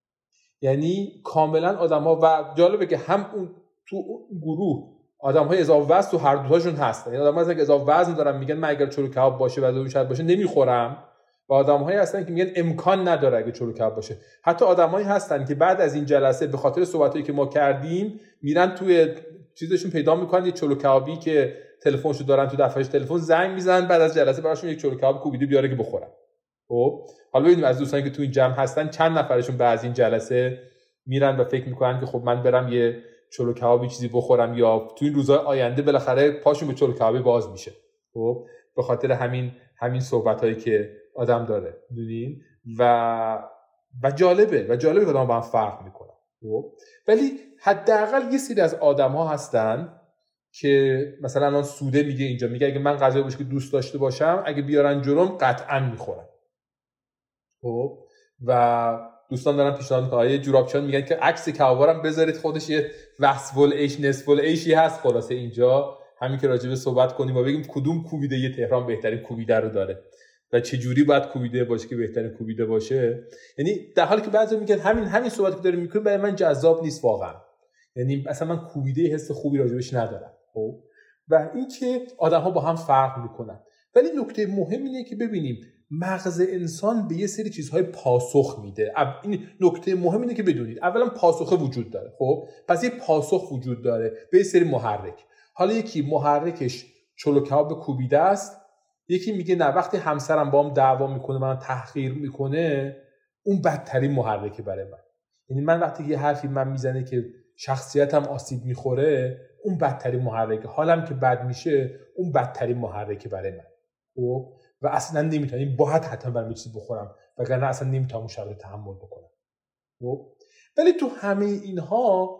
یعنی کاملا آدم‌ها، و جالبه که هم اون تو اون گروه آدم‌های اضافه وزن تو هر دوتاشون هستن. یعنی آدم‌ها که اضافه وزن دارن میگن من اگر چلو کباب باشه و شاید باشه نمیخورم، و آدم‌هایی هستن که میگن امکان نداره اگه چلو کباب باشه. حتی آدم‌هایی هستن که بعد از این جلسه به خاطر صحبتایی که ما کردیم میرن توی چیزشون پیدا میکنن یه چلو کبابی که تلفنشو دارن تو دفترش تلفن زنگ میزنن بعد از جلسه براشون یک چلو کباب کوبیده بیاره که بخورن. خب حالا ببینیم از دوستانی که تو این جمع هستن چند نفرشون بعد از این جلسه میرن و فکر میکنن که خب من برم یه چلو کبابی چیزی بخورم، یا تو این روزهای آینده بالاخره پاشون به چلو کبابی باز میشه. خب به خاطر همین همین صحبتایی که آدم داره میدونین، و و جالبه و جالبه که آدم با هم فرق میکنن. خب ولی حداقل یه سری از آدم‌ها هستن که مثلا الان سوده میگه اینجا، میگه اگه من غذایی باشه که دوست داشته باشم اگه بیارن جلوم قطعا میخورم. خب و دوستان دارن پیشنهاد میکنن یه جورابچان میگن که عکس کبابارم بذارید، خودش یه وصفل ایش نصفل ایشی هست. خلاصه اینجا همین که راجع به صحبت کنیم و بگیم کدوم کوبیده یه تهران بهترین کوبیده رو داره و چه جوری باید کوبیده باشه که بهترین کوبیده باشه. یعنی در حالی که بعضی میگن همین همین صحبتی که داریم میکنیم برای من جذاب نیست واقعا، یعنی اصلا من کوبیده حس خوبی راجبش ندارم. خب و این که آدم‌ها با هم فرق میکنن. ولی نکته مهم اینه که ببینیم مغز انسان به یه سری چیزهای پاسخ میده. این نکته مهم اینه که بدونید اولا پاسخ وجود داره. خب پس یه پاسخ وجود داره به یه سری محرک. حالا یکی محرکش چلو کباب کوبیده است، یکی میگه نه وقتی همسرم باهم دعوا میکنه من تحقیر میکنه اون بدترین محرکه برای من. یعنی من وقتی یه حرفی من میزنه که شخصیتم آسیب میخوره اون بدترین محرکه، حالم که بد میشه اون بدترین محرکه برای من. خب و اصلا نمیتونم، این باید حتما برام چیزی بخورم وگرنه اصلا نمیتونم اون شب رو تحمل بکنم. خب ولی تو همه اینها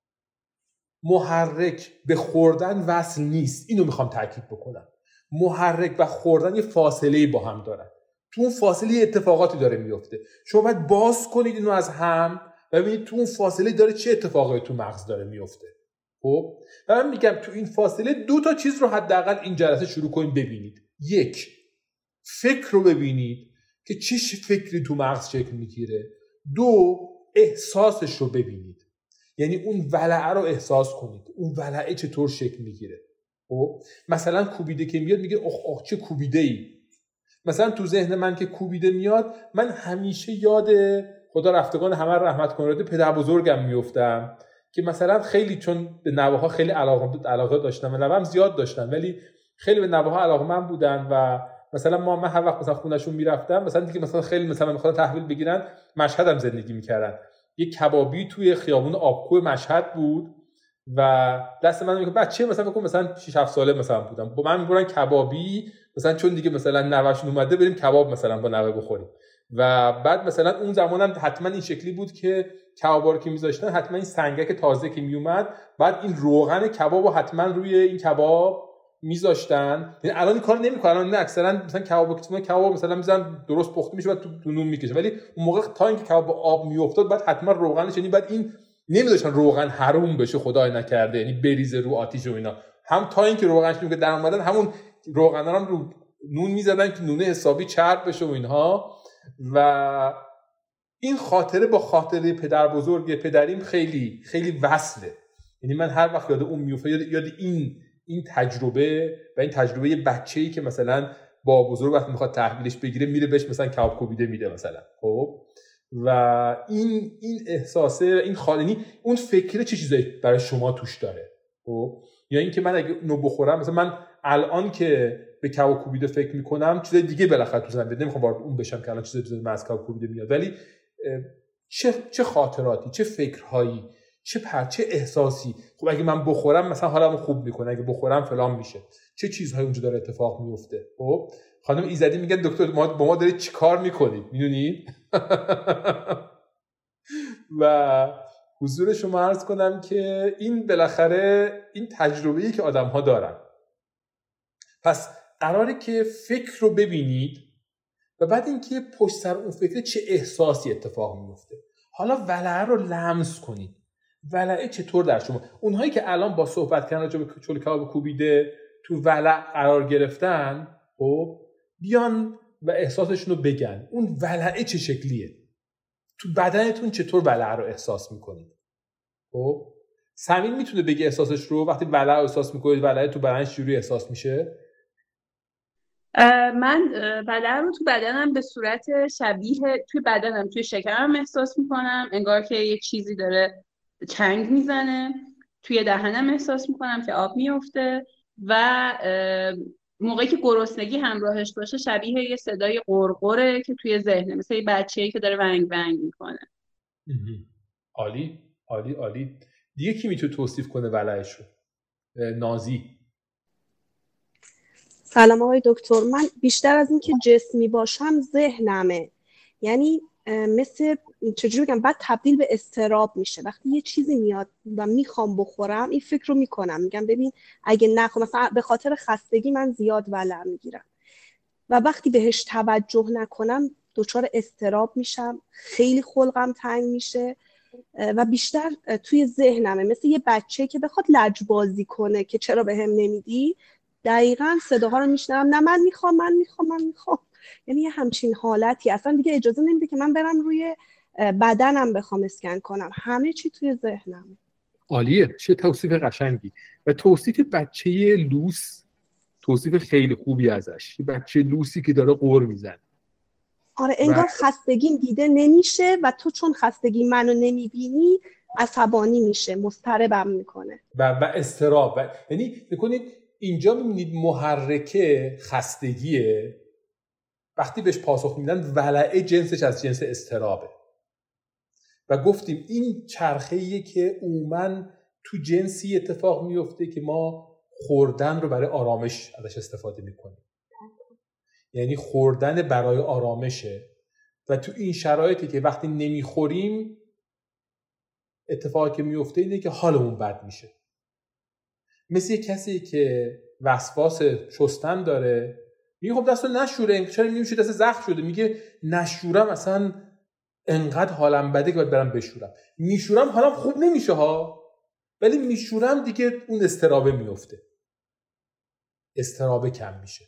محرک به خوردن وصل نیست. اینو میخوام تاکید بکنم. محرک و خوردن یه فاصله با هم دارن. تو اون فاصله اتفاقاتی داره میفته. شما باید باز کنید اینو از هم و ببینید تو اون فاصله داره چه اتفاقی تو مغز داره میفته. خب و من میگم تو این فاصله دو تا چیز رو حداقل این جلسه شروع کنید ببینید. یک، فکر رو ببینید که چه فکری تو مغز شکل میگیره. دو، احساسش رو ببینید، یعنی اون ولعه رو احساس کنید، اون ولعه چطور شکل میگیره. خب مثلا کوبیده که میاد میگه اخ اخ چه کوبیده ای. مثلا تو ذهن من که کوبیده میاد من همیشه یاد خدا رفتگان همه رحمت کنه پدر بزرگم میافتم که مثلا خیلی چون به نوه‌ها خیلی علاقه علاقه داشتم و نوام زیاد داشتن ولی خیلی به نوه‌ها علاقه‌مند بودن و مثلا ما من هر وقت مثلا خونه‌شون میرفتم مثلا دیگه مثلا خیلی مثلا می‌خواستن تحویل بگیرن مشهدم زندگی می‌کردن. یه کبابی توی خیابون آبکو مشهد بود و دست من میگه بچه مثلا فکر کنم مثلا شش هفت ساله مثلا بودم با من میگن کبابی مثلا چون دیگه مثلا نوه‌شون اومده بریم کباب مثلا با نوه بخوریم و بعد مثلا اون زمانم حتما این شکلی بود که کبابا رو که میذاشتن حتما این سنگک تازه که میومد بعد این روغن کبابو حتما روی این کباب میذاشتن. یعنی الان این کارو نمیکنن، الان اکثرا مثلا کباب کباب مثلا میذارن درست پخته میشه بعد تو, تو نون میکشه، ولی اون موقع تا اینکه کباب آب میافتاد بعد حتما روغنش، یعنی بعد این نمیذاشتن روغن حروم بشه خدای نکرده، یعنی بریزه رو آتیش و اینا، هم تا اینکه روغنش میگه در اومدن همون روغنا رو رو نون میزدن که نونه حسابی چرب بشه و اینها. و این خاطره با خاطره پدر بزرگ پدریم خیلی خیلی وصله. یعنی من هر وقت یاد اون میفته، یاد, یاد این این تجربه و این تجربه یه بچه‌ای که مثلا با بزرگ وقتی میخواد تحویلش بگیره میره بهش مثلا کباب کوبیده میده مثلا. خب و این این احساسه، این خالنی اون فکر چه چیزایی برای شما توش داره. خب یا اینکه من اگه اونو بخورم، مثلا من الان که به کباب کوبیده فکر میکنم چیزای دیگه بالاخره تو ذهنم میاد، نمیخوام وارد اون بشم که الان چیزای تو از کباب کوبیده میاد، ولی چه چه خاطراتی، چه فکرهایی، چه پر چه احساسی. خب اگه من بخورم مثلا حالمو خوب میکنه، اگه بخورم فلان میشه، چه چیزهایی اونجا داره اتفاق میفته. خب خانم ایزدی میگن دکتر ما با ما دارید چیکار میکنید، میدونید؟ و حضور شما عرض کنم که این بالاخره این تجربه‌ای که آدم‌ها دارن. پس قراره که فکر رو ببینید و بعد اینکه پشت سر اون فکر چه احساسی اتفاق میفته. حالا ولعه رو لمس کنید. ولعه چطور در شما؟ اونهایی که الان با صحبت کردن راجع به چلو کباب کوبیده تو ولع قرار گرفتن، خب بیان و احساسشون رو بگن. اون ولعه چه شکلیه؟ تو بدنتون چطور ولعه رو احساس میکنید؟ خب سمین میتونه بگه احساسش رو وقتی ولعه رو احساس میکنید، ولعه تو بدنش چجوری احساس میشه؟ من ولعه رو تو بدنم به صورت شبیه توی بدنم توی شکمم احساس میکنم، انگار که یه چیزی داره چنگ میزنه. توی دهنم احساس میکنم که آب میفته و موقعی که گرسنگی همراهش باشه شبیه یه صدای قرقره که توی ذهنه، مثل یه بچه‌ای که داره ونگ ونگ میکنه. عالی عالی عالی. دیگه کی میتونه توصیف کنه ولعش رو؟ نازی. سلام آقای دکتر، من بیشتر از این که جسمی باشم ذهنمه، یعنی مثل چجوری بگم بعد تبدیل به اضطراب میشه. وقتی یه چیزی میاد و میخوام بخورم این فکر رو میکنم، میگم ببین اگه نخوام، مثلا به خاطر خستگی من زیاد ولع میگیرم و وقتی بهش توجه نکنم دچار اضطراب میشم، خیلی خلقم تنگ میشه و بیشتر توی ذهنمه، مثل یه بچه که بخواد لجبازی کنه که چرا بهم نمیدی، دقیقاً صداها رو میشنوم، نه من میخوام من میخوام من میخوام. یعنی یه همچین حالتی اصلا دیگه اجازه نمیده که من برم روی بدنم بخوام اسکن کنم، همه چی توی ذهنم. عالیه، چه توصیف قشنگی. و توصیف بچه لوس توصیف خیلی خوبی ازش، یه بچه لوسی که داره قور میزنه. آره انگار و... خستگیم دیده نمیشه و تو چون خستگی منو نمیبینی عصبانی میشه، مضطربم میکنه و و استراب. و... یعنی بکنید اینجا میبینید محرکه خستگیه، وقتی بهش پاسخ میدن ولعه جنسش از جنس استرابه. و گفتیم این چرخه‌ایه که عموماً تو جنسی اتفاق میفته که ما خوردن رو برای آرامش ازش استفاده میکنیم، یعنی خوردن برای آرامشه. و تو این شرایطی که وقتی نمیخوریم اتفاقی که میفته اینه که حالمون بد میشه. مثل یک کسی که وسواس شستن داره، میگه خب دستو نشوره، چرا نمیشه دست زخم شده، میگه نشورم اصلا انقدر حالم بده که باید برم بشورم. میشورم حالم خوب نمیشه ها، ولی میشورم دیگه اون استرابه میفته، استرابه کم میشه.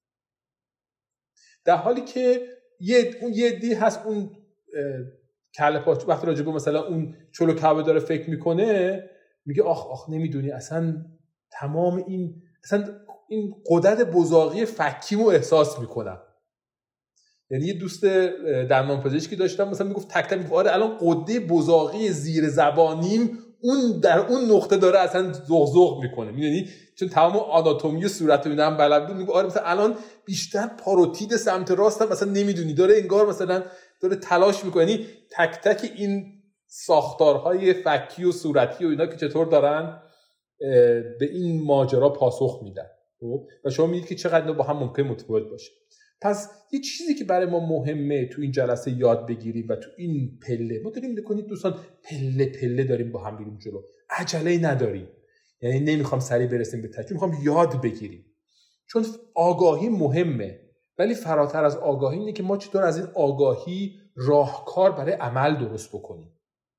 در حالی که یه اون یه دی هست اون کله پاچ وقتی راجع به مثلا اون چلو کباب داره فکر میکنه، میگه آخ آخ نمیدونی اصلا تمام این اصلا این قدرت بزاقی فکیمو احساس میکنم. یعنی یه دوست دندانپزشکی داشتم مثلا میگفت تک تک میگفت آره الان قده بزاقی زیر زبانیم اون در اون نقطه داره اصلا زغزغ میکنه، میدونی، چون تمام آناتومی صورت رو اینا هم بلد بود. میگه آره مثلا الان بیشتر پاروتید سمت راستم مثلا نمیدونی داره انگار مثلا داره تلاش میکنه. یعنی تک تک این ساختارهای فکی و صورتی و اینا که چطور دارن به این ماجرا پاسخ میدن و شما میدید که چقدر با هم ممکن متفاوت باشه. پس یه چیزی که برای ما مهمه تو این جلسه یاد بگیریم و تو این پله ما داریم بکنید دوستان، پله پله داریم با هم میریم جلو، عجله نداریم. یعنی نمیخوام سریع برسیم به تجربه، میخوام یاد بگیریم. چون آگاهی مهمه، ولی فراتر از آگاهی اینه که ما چطور از این آگاهی راهکار برای عمل درست بکنیم.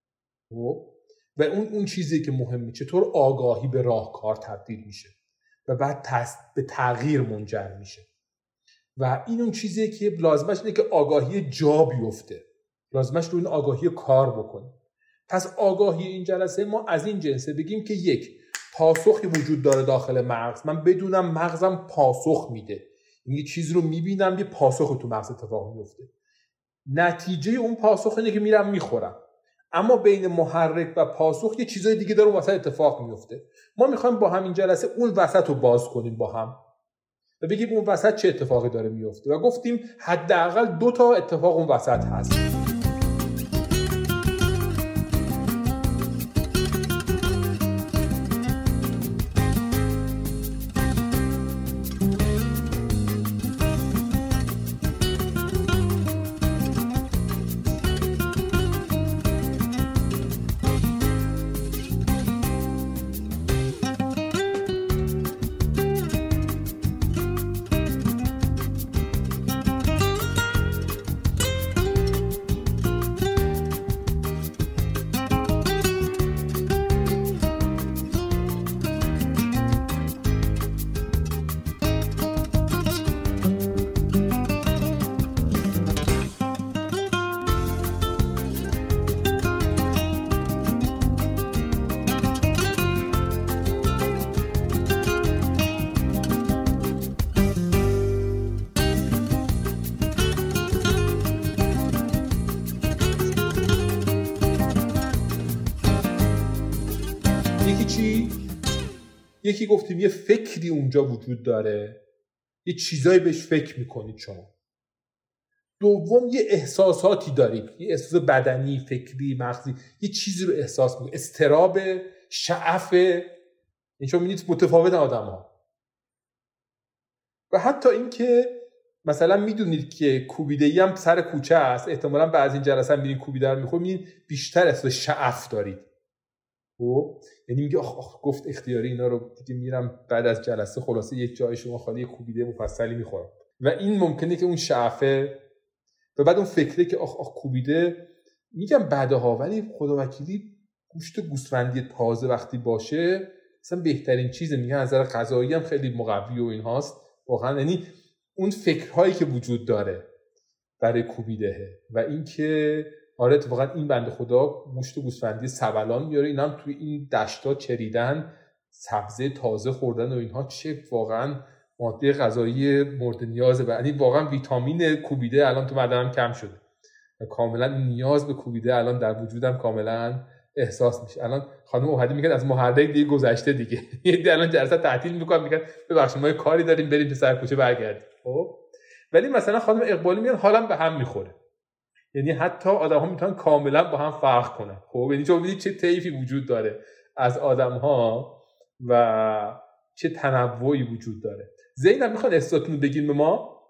و اون اون چیزی که مهمه، چطور آگاهی به راهکار تبدیل میشه و بعد به تغییر منجر میشه. و این اون چیزیه که لازمش اینه که آگاهی جا بیفته، لازمش رو این آگاهی کار بکنیم. پس آگاهی این جلسه ما از این جنسه بگیم که یک، پاسخی وجود داره داخل مغز، من بدونم مغزم پاسخ میده، یه چیز رو میبینم یه پاسخ تو مغز اتفاق میفته، نتیجه اون پاسخ اینه که میرم میخورم، اما بین محرک و پاسخ یه چیزای دیگه داره اون وسط اتفاق میفته. ما میخوایم با همین جلسه اون وسط رو باز کنیم با هم و بگیم اون وسط چه اتفاقی داره میفته و گفتیم حداقل دو تا اتفاق اون وسط هست. یکی گفتیم یه فکری اونجا وجود داره، یه چیزایی بهش فکر میکنید شما. دوم یه احساساتی دارید، یه احساس بدنی، فکری، مغزی، یه چیزی رو احساس میکنید، اضطراب، شعف. این چون می‌بینید متفاوت آدم‌ها. و حتی این که مثلا میدونید که کوبیده‌ای هم سر کوچه است، احتمالاً بعضی این جلسه هم می‌بینید کوبیده رو می‌خورید، می‌بینید بیشتر احساس شعف دارید. خب یعنی میگه آخ آخ گفت اختیاری اینا رو دیگه میرم بعد از جلسه خلاصه یک جای شما خالی کوبیده مفصلی میخورم و این ممکنه که اون شعفه و بعد اون فکره که آخ آخ کوبیده میگم بعدها، ولی خداوکیلی گوشت گوسفندی تازه وقتی باشه مثلا بهترین چیزه. میگن از نظر غذایی هم خیلی مقوی و اینهاست واقعا. یعنی اون فکرهایی که وجود داره برای کوبیده و این که آره اتفاقا این بنده خدا گوشت گوسفندی سبلان میاره، اینا هم توی این دشتا چریدن، سبزه تازه خوردن و اینها، چه واقعا ماده غذایی مورد نیازه. یعنی واقعا ویتامین کوبیده الان تو بدنم کم شده و کاملا نیاز به کوبیده الان در وجودم کاملا احساس میشه. الان خانم اوهدی میگن از محرک دیگه گذشته دیگه، یعنی الان جلسه تعطیل میکنن، میگن ببخشید ما کاری داریم بریم به سر کوچه برگردیم. خب ولی مثلا خانم اقبالی میگن حالم به هم میخوره، یعنی حتی آدم‌ها میتونن کاملا با هم فرق کنن. خب یعنی چون ببینید چه طیفی وجود داره از آدم‌ها و چه تنوعی وجود داره. زینب میخواد احساساتونو بگین به ما؟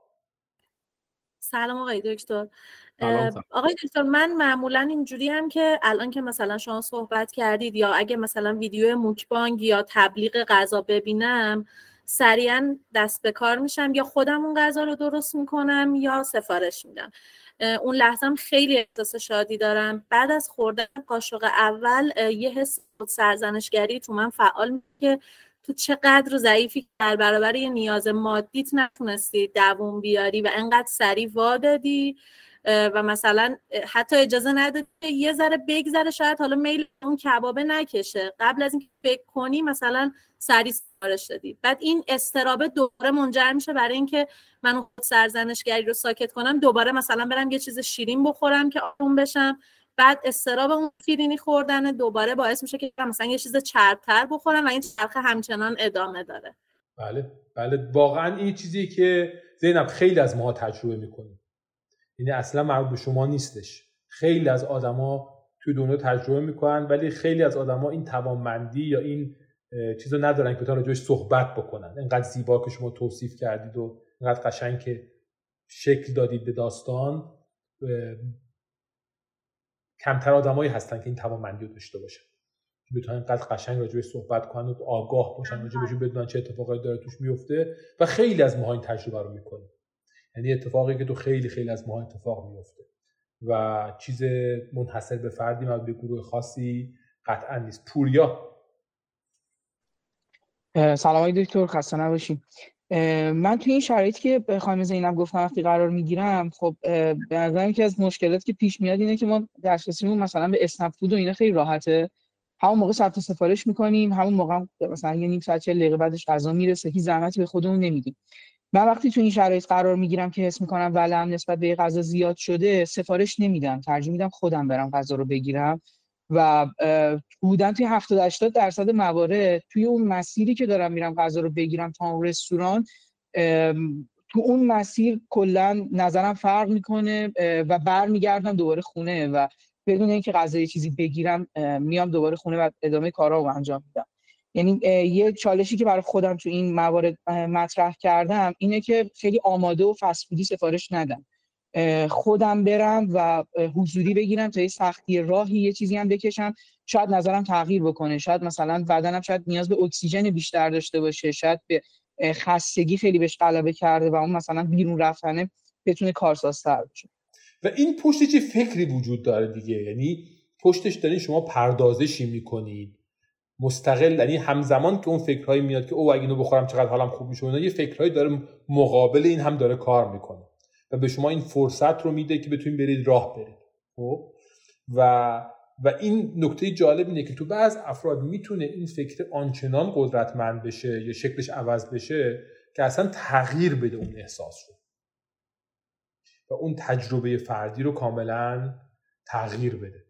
سلام آقای دکتر. سلام. آقای دکتر من معمولا اینجوری هم که الان که مثلا شما صحبت کردید یا اگه مثلا ویدیو موکبانگ یا تبلیغ غذا ببینم سریعا دست به کار میشم، یا خودم اون غذا رو درست میکنم یا سفارش میدم. اون لحظه هم خیلی احساس شادی دارم. بعد از خوردن قاشق اول یه حس سرزنشگری تو من فعال میشه که تو چقدر ضعیفی در برابر یه نیاز مادیت نتونستی دووم بیاری و انقدر سریع وا دادی و مثلا حتی اجازه ندادی یه ذره بگذره، شاید حالا میل اون کبابه نکشه، قبل از اینکه فکر کنی مثلا سریع سفارش دادی. بعد این اضطراب دوباره منجر میشه برای اینکه من اون سرزنشگری رو ساکت کنم، دوباره مثلا برم یه چیز شیرین بخورم که آروم بشم. بعد اضطراب اون شیرینی خوردن دوباره باعث میشه که مثلا یه چیز چرب‌تر بخورم و این چرخه همچنان ادامه داره. بله بله واقعا این چیزی که زینب خیلی از ما تجربه میکنیم، یعنی اصلا مربوط به شما نیستش. خیلی از آدما توی دنیا تجربه میکنن ولی خیلی از آدما این توانمندی یا این چیزو ندارن که بتونن راجعش صحبت بکنن. اینقدر زیبا که شما توصیف کردید و اینقدر قشنگ که شکل دادید به داستان، کمتر آدمایی هستن که این توانمندی رو داشته باشن. که بتونن اینقدر قشنگ راجعش صحبت کنن و آگاه باشن راجعش، بدونن چه اتفاقایی داره توش میفته و خیلی از ماها این تجربه رو میکنیم. یعنی اتفاقی که تو خیلی خیلی از ماها اتفاق میفته و چیز منحصر به فردی و به گروه خاصی قطعا نیست. پوریا. سلام آقای دکتر، خسته نباشید. من توی این شرایطی که خانم زینب گفتم وقتی قرار میگیرم، خب به نظرم که از مشکلاتی که پیش میاد اینه که ما دسترسیمون مثلا به اسنپ فود و اینا خیلی راحته، همون موقع ثبت سفارش میکنیم، همون موقع مثلا یه نیم ساعت چهل دقیقه بعدش غذا میرسه، هیچ زحمتی به خودمون نمیدیم. من وقتی تو این شرایط قرار میگیرم که حس میکنم ولعم نسبت به غذا زیاد شده، سفارش نمیدم، ترجیح میدم خودم برم غذا رو بگیرم و بودن توی هفتاد هشتاد درصد موارد توی اون مسیری که دارم میرم غذا رو بگیرم تا اون رستوران، تو اون مسیر کلا نظرم فرق میکنه و برمیگردم دوباره خونه و بدون اینکه غذا یه چیزی بگیرم میام دوباره خونه و ادامه کارا رو انجام میدم. یعنی یه چالشی که برای خودم تو این موارد مطرح کردم اینه که خیلی آماده و فست فودی سفارش ندم، خودم برم و حضوری بگیرم تا یه سختی راهی یه چیزی هم بکشم، شاید نظرم تغییر بکنه، شاید مثلا بدنم شاید نیاز به اکسیژن بیشتر داشته باشه، شاید به خستگی خیلی بهش غلبه کرده و اون مثلا بیرون رفتنه بتونه کارسازتر بشه. و این پشتش فکری وجود داره دیگه، یعنی پشتش دارین شما پردازشی میکنید مستقل، یعنی همزمان که اون فکرهایی میاد که او اگه اینو بخورم چقدر حالم خوب میشه، اینا یه فکرهایی داره مقابل این هم داره کار میکنه و به شما این فرصت رو میده که بتونید برید راه برید. خب و و این نکته جالب اینه که تو بعض افراد میتونه این فکر آنچنان قدرتمند بشه یا شکلش عوض بشه که اصلا تغییر بده اون احساس رو و اون تجربه فردی رو کاملا تغییر بده.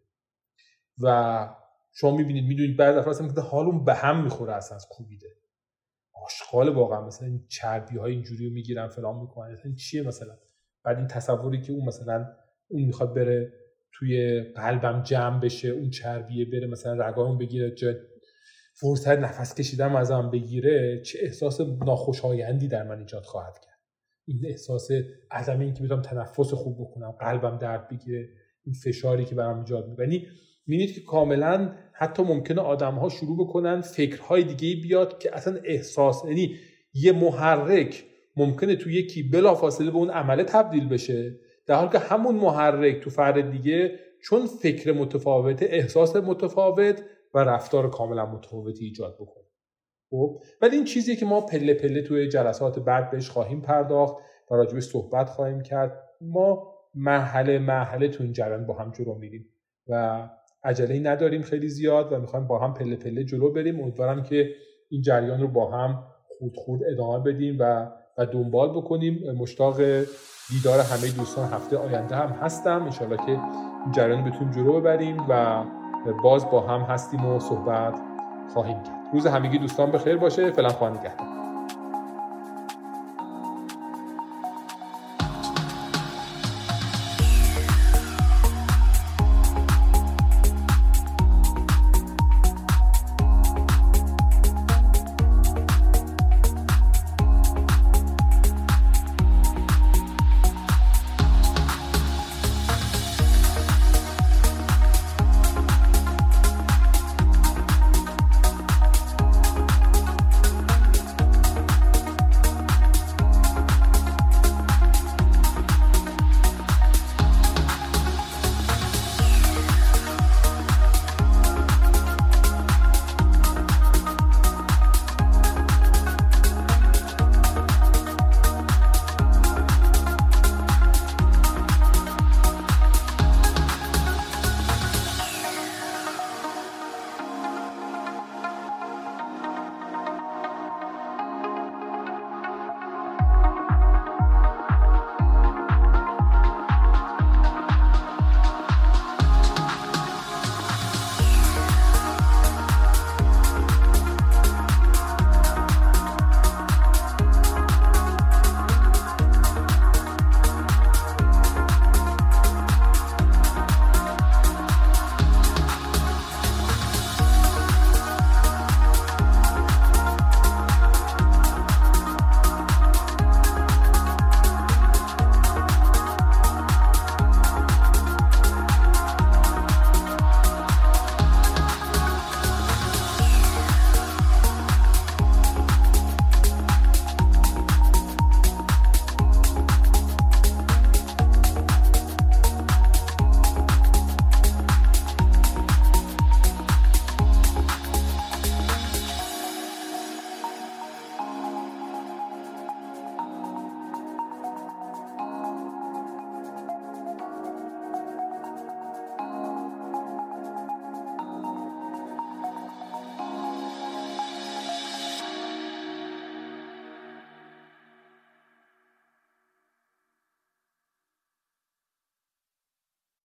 و شما میبینید میدونید بعض افراد اصلا که حالون به هم میخوره اصلا از کوبیده، آشغال واقعا، مثلا این چربی های اینجوری رو میگیرن فلان میکنن، مثلا چیه مثلا، بعد این تصوری که اون مثلا اون میخواد بره توی قلبم جمع بشه، اون چربیه بره مثلا رگامون بگیره، جا فرصت نفس کشیدن ازم بگیره، چه احساس ناخوشایندی در من ایجاد خواهد کرد. این احساس عدم این که بتونم تنفس خوب بکنم، قلبم درد بگیره، این فشاری که برام ایجاد میکنه. یعنی می‌بینید که کاملا حتی ممکنه آدم‌ها شروع بکنن فکرهای دیگه‌ای بیاد که اصلا احساس، یعنی یه محرک ممکنه تو یکی بلافاصله به اون عمله تبدیل بشه، در حالی که همون محرک تو فرد دیگه چون فکر متفاوته، احساس متفاوت و رفتار کاملا متفاوتی ایجاد بکنه. خب ولی این چیزیه که ما پله پله توی جلسات بعد بهش خواهیم پرداخت و راجعش صحبت خواهیم کرد. ما مرحله مرحله تو این جریان با هم جلو میریم و عجله‌ای نداریم خیلی زیاد و میخوایم با هم پله پله جلو بریم. امیدوارم که این جریان رو با هم خورد خورد ادامه بدیم و و دنبال بکنیم. مشتاق دیدار همه دوستان هفته آینده هم هستم. انشالله که این جریان رو بتونیم جلو ببریم و باز با هم هستیم و صحبت خواهیم کرد. روز همگی دوستان بخیر باشه. فعلا خدا نگهدار.